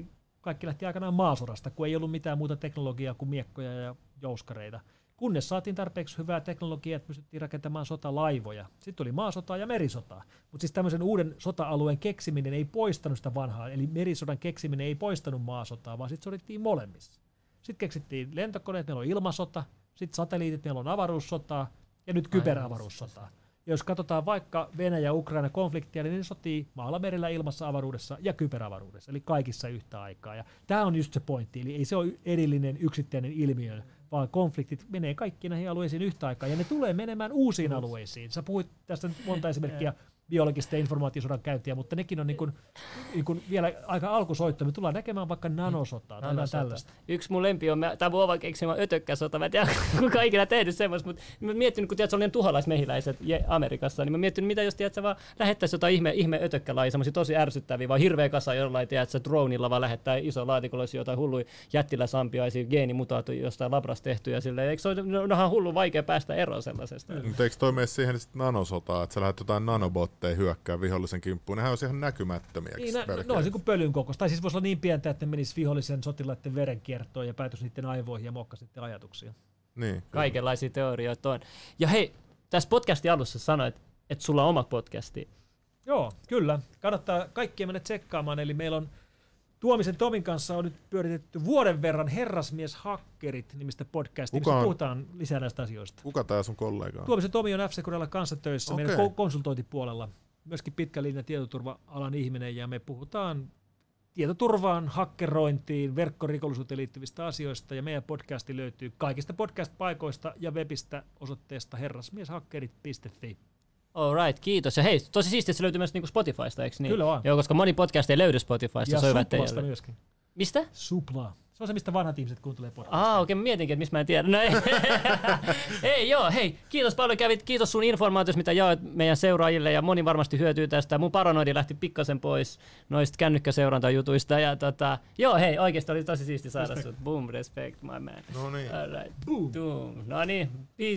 kaikki lähti aikanaan maasodasta, kun ei ollut mitään muuta teknologiaa kuin miekkoja ja jouskareita. Kunnes saatiin tarpeeksi hyvää teknologiaa, että pystyttiin rakentamaan sotalaivoja. Sitten tuli maasota ja merisota. Mutta siis tämmöisen uuden sota-alueen keksiminen ei poistanut sitä vanhaa, eli merisodan keksiminen ei poistanut maasotaa, vaan sitten sodittiin molemmissa. Sitten keksittiin lentokoneet, meillä on ilmasota, sitten satelliitit, meillä on avaruussotaa ja nyt kyberavaruussotaa. Ja jos katsotaan vaikka Venäjä-Ukraina-konfliktia, niin ne sotii maalla, merellä, ilmassa, avaruudessa ja kyberavaruudessa, eli kaikissa yhtä aikaa. Ja tämä on just se pointti, eli ei se ole erillinen yksittäinen ilmiö, vaan konfliktit menee kaikkiin näihin alueisiin yhtä aikaa, ja ne tulee menemään uusiin alueisiin. Sä puhuit tästä monta esimerkkiä biologista ja informaatiosodan käyntiä, mutta nekin on niin kuin, niin kuin vielä aika alkusoitto. Me tullaan näkemään vaikka nanosotaa tai nanosota. Tällaista. Yksi mun lempi on, tämä mun oma keksimä ötökkäsota. Mä en tiedä, kuka ikinä tehnyt semmoista, mutta mä miettinyt, kun tiedät, se oli ne tuholaismehiläiset Amerikassa, niin mä miettinyt, mitä jos tiedät, sä vaan lähettäisiin jotain ihme, ihme ötökkälajia, semmoisia tosi ärsyttäviä, vaan hirveä kasa jollain, tiedät, sä dronilla vaan lähettää iso laatikolla, jos jotain hulluja jättiläsampiaisia geenimutaatioita jostain labrasta tehty, ja silleen, eikö se ole onhan hullu vaikea päästä eroon sellaisesta? Mm. Mutta eikö toi mene siihen nanosotaa, että sä lähdet jotain nanobotteja hyökkää vihollisen kimppuun? Nehän on ihan näkymättömiä. Niin, no, no on se kuin pölyn kokoista. Tai siis voisi olla niin pientä, että ne menisi vihollisen sotilaiden verenkiertoon ja päätös niiden aivoihin ja mokka sitten ajatuksia. Niin, kaikenlaisia teorioita on. Ja hei, tässä podcastin alussa sanoit, että sulla on oma podcasti. Joo, kyllä. Kannattaa kaikkia mennä tsekkaamaan. Eli meillä on Tuomisen Tomin kanssa on nyt pyöritetty vuoden verran Herrasmies-hakkerit nimistä podcastia, missä puhutaan lisää näistä asioista. Kuka tää sun kollega on? Tuomisen Tomi on F-Securella kanssa töissä okay. meidän konsultointipuolella. Myöskin pitkän linjan tietoturva-alan ihminen, ja me puhutaan tietoturvaan, hakkerointiin, verkkorikollisuuteen liittyvistä asioista, ja meidän podcasti löytyy kaikista podcast-paikoista ja webistä osoitteesta herrasmieshakkerit piste fi. All right, kiitos. Ja hei, tosi siistiä, että se löytyy myös niinku Spotifysta, eikö niin? Kyllä vaan. Joo, koska moni podcast ei löydy Spotifysta. Ja Suplasta myöskin. Mistä? Supla. Se on se, mistä vanhat ihmiset kuuntelee podcastia. Ah, okei, okay, mietinkin, että mistä mä en tiedä. No, ei. Hei, joo, hei, kiitos paljon kävit. Kiitos sun informaatiosta, mitä jaoit meidän seuraajille, ja moni varmasti hyötyy tästä. Mun paranoidi lähti pikkasen pois noista kännykkäseurantajutuista. Ja tota, joo, hei, oikeasti oli tosi siisti saada sut. Boom, respect, my man. No niin. All right. Boom. Boom. No niin, peace.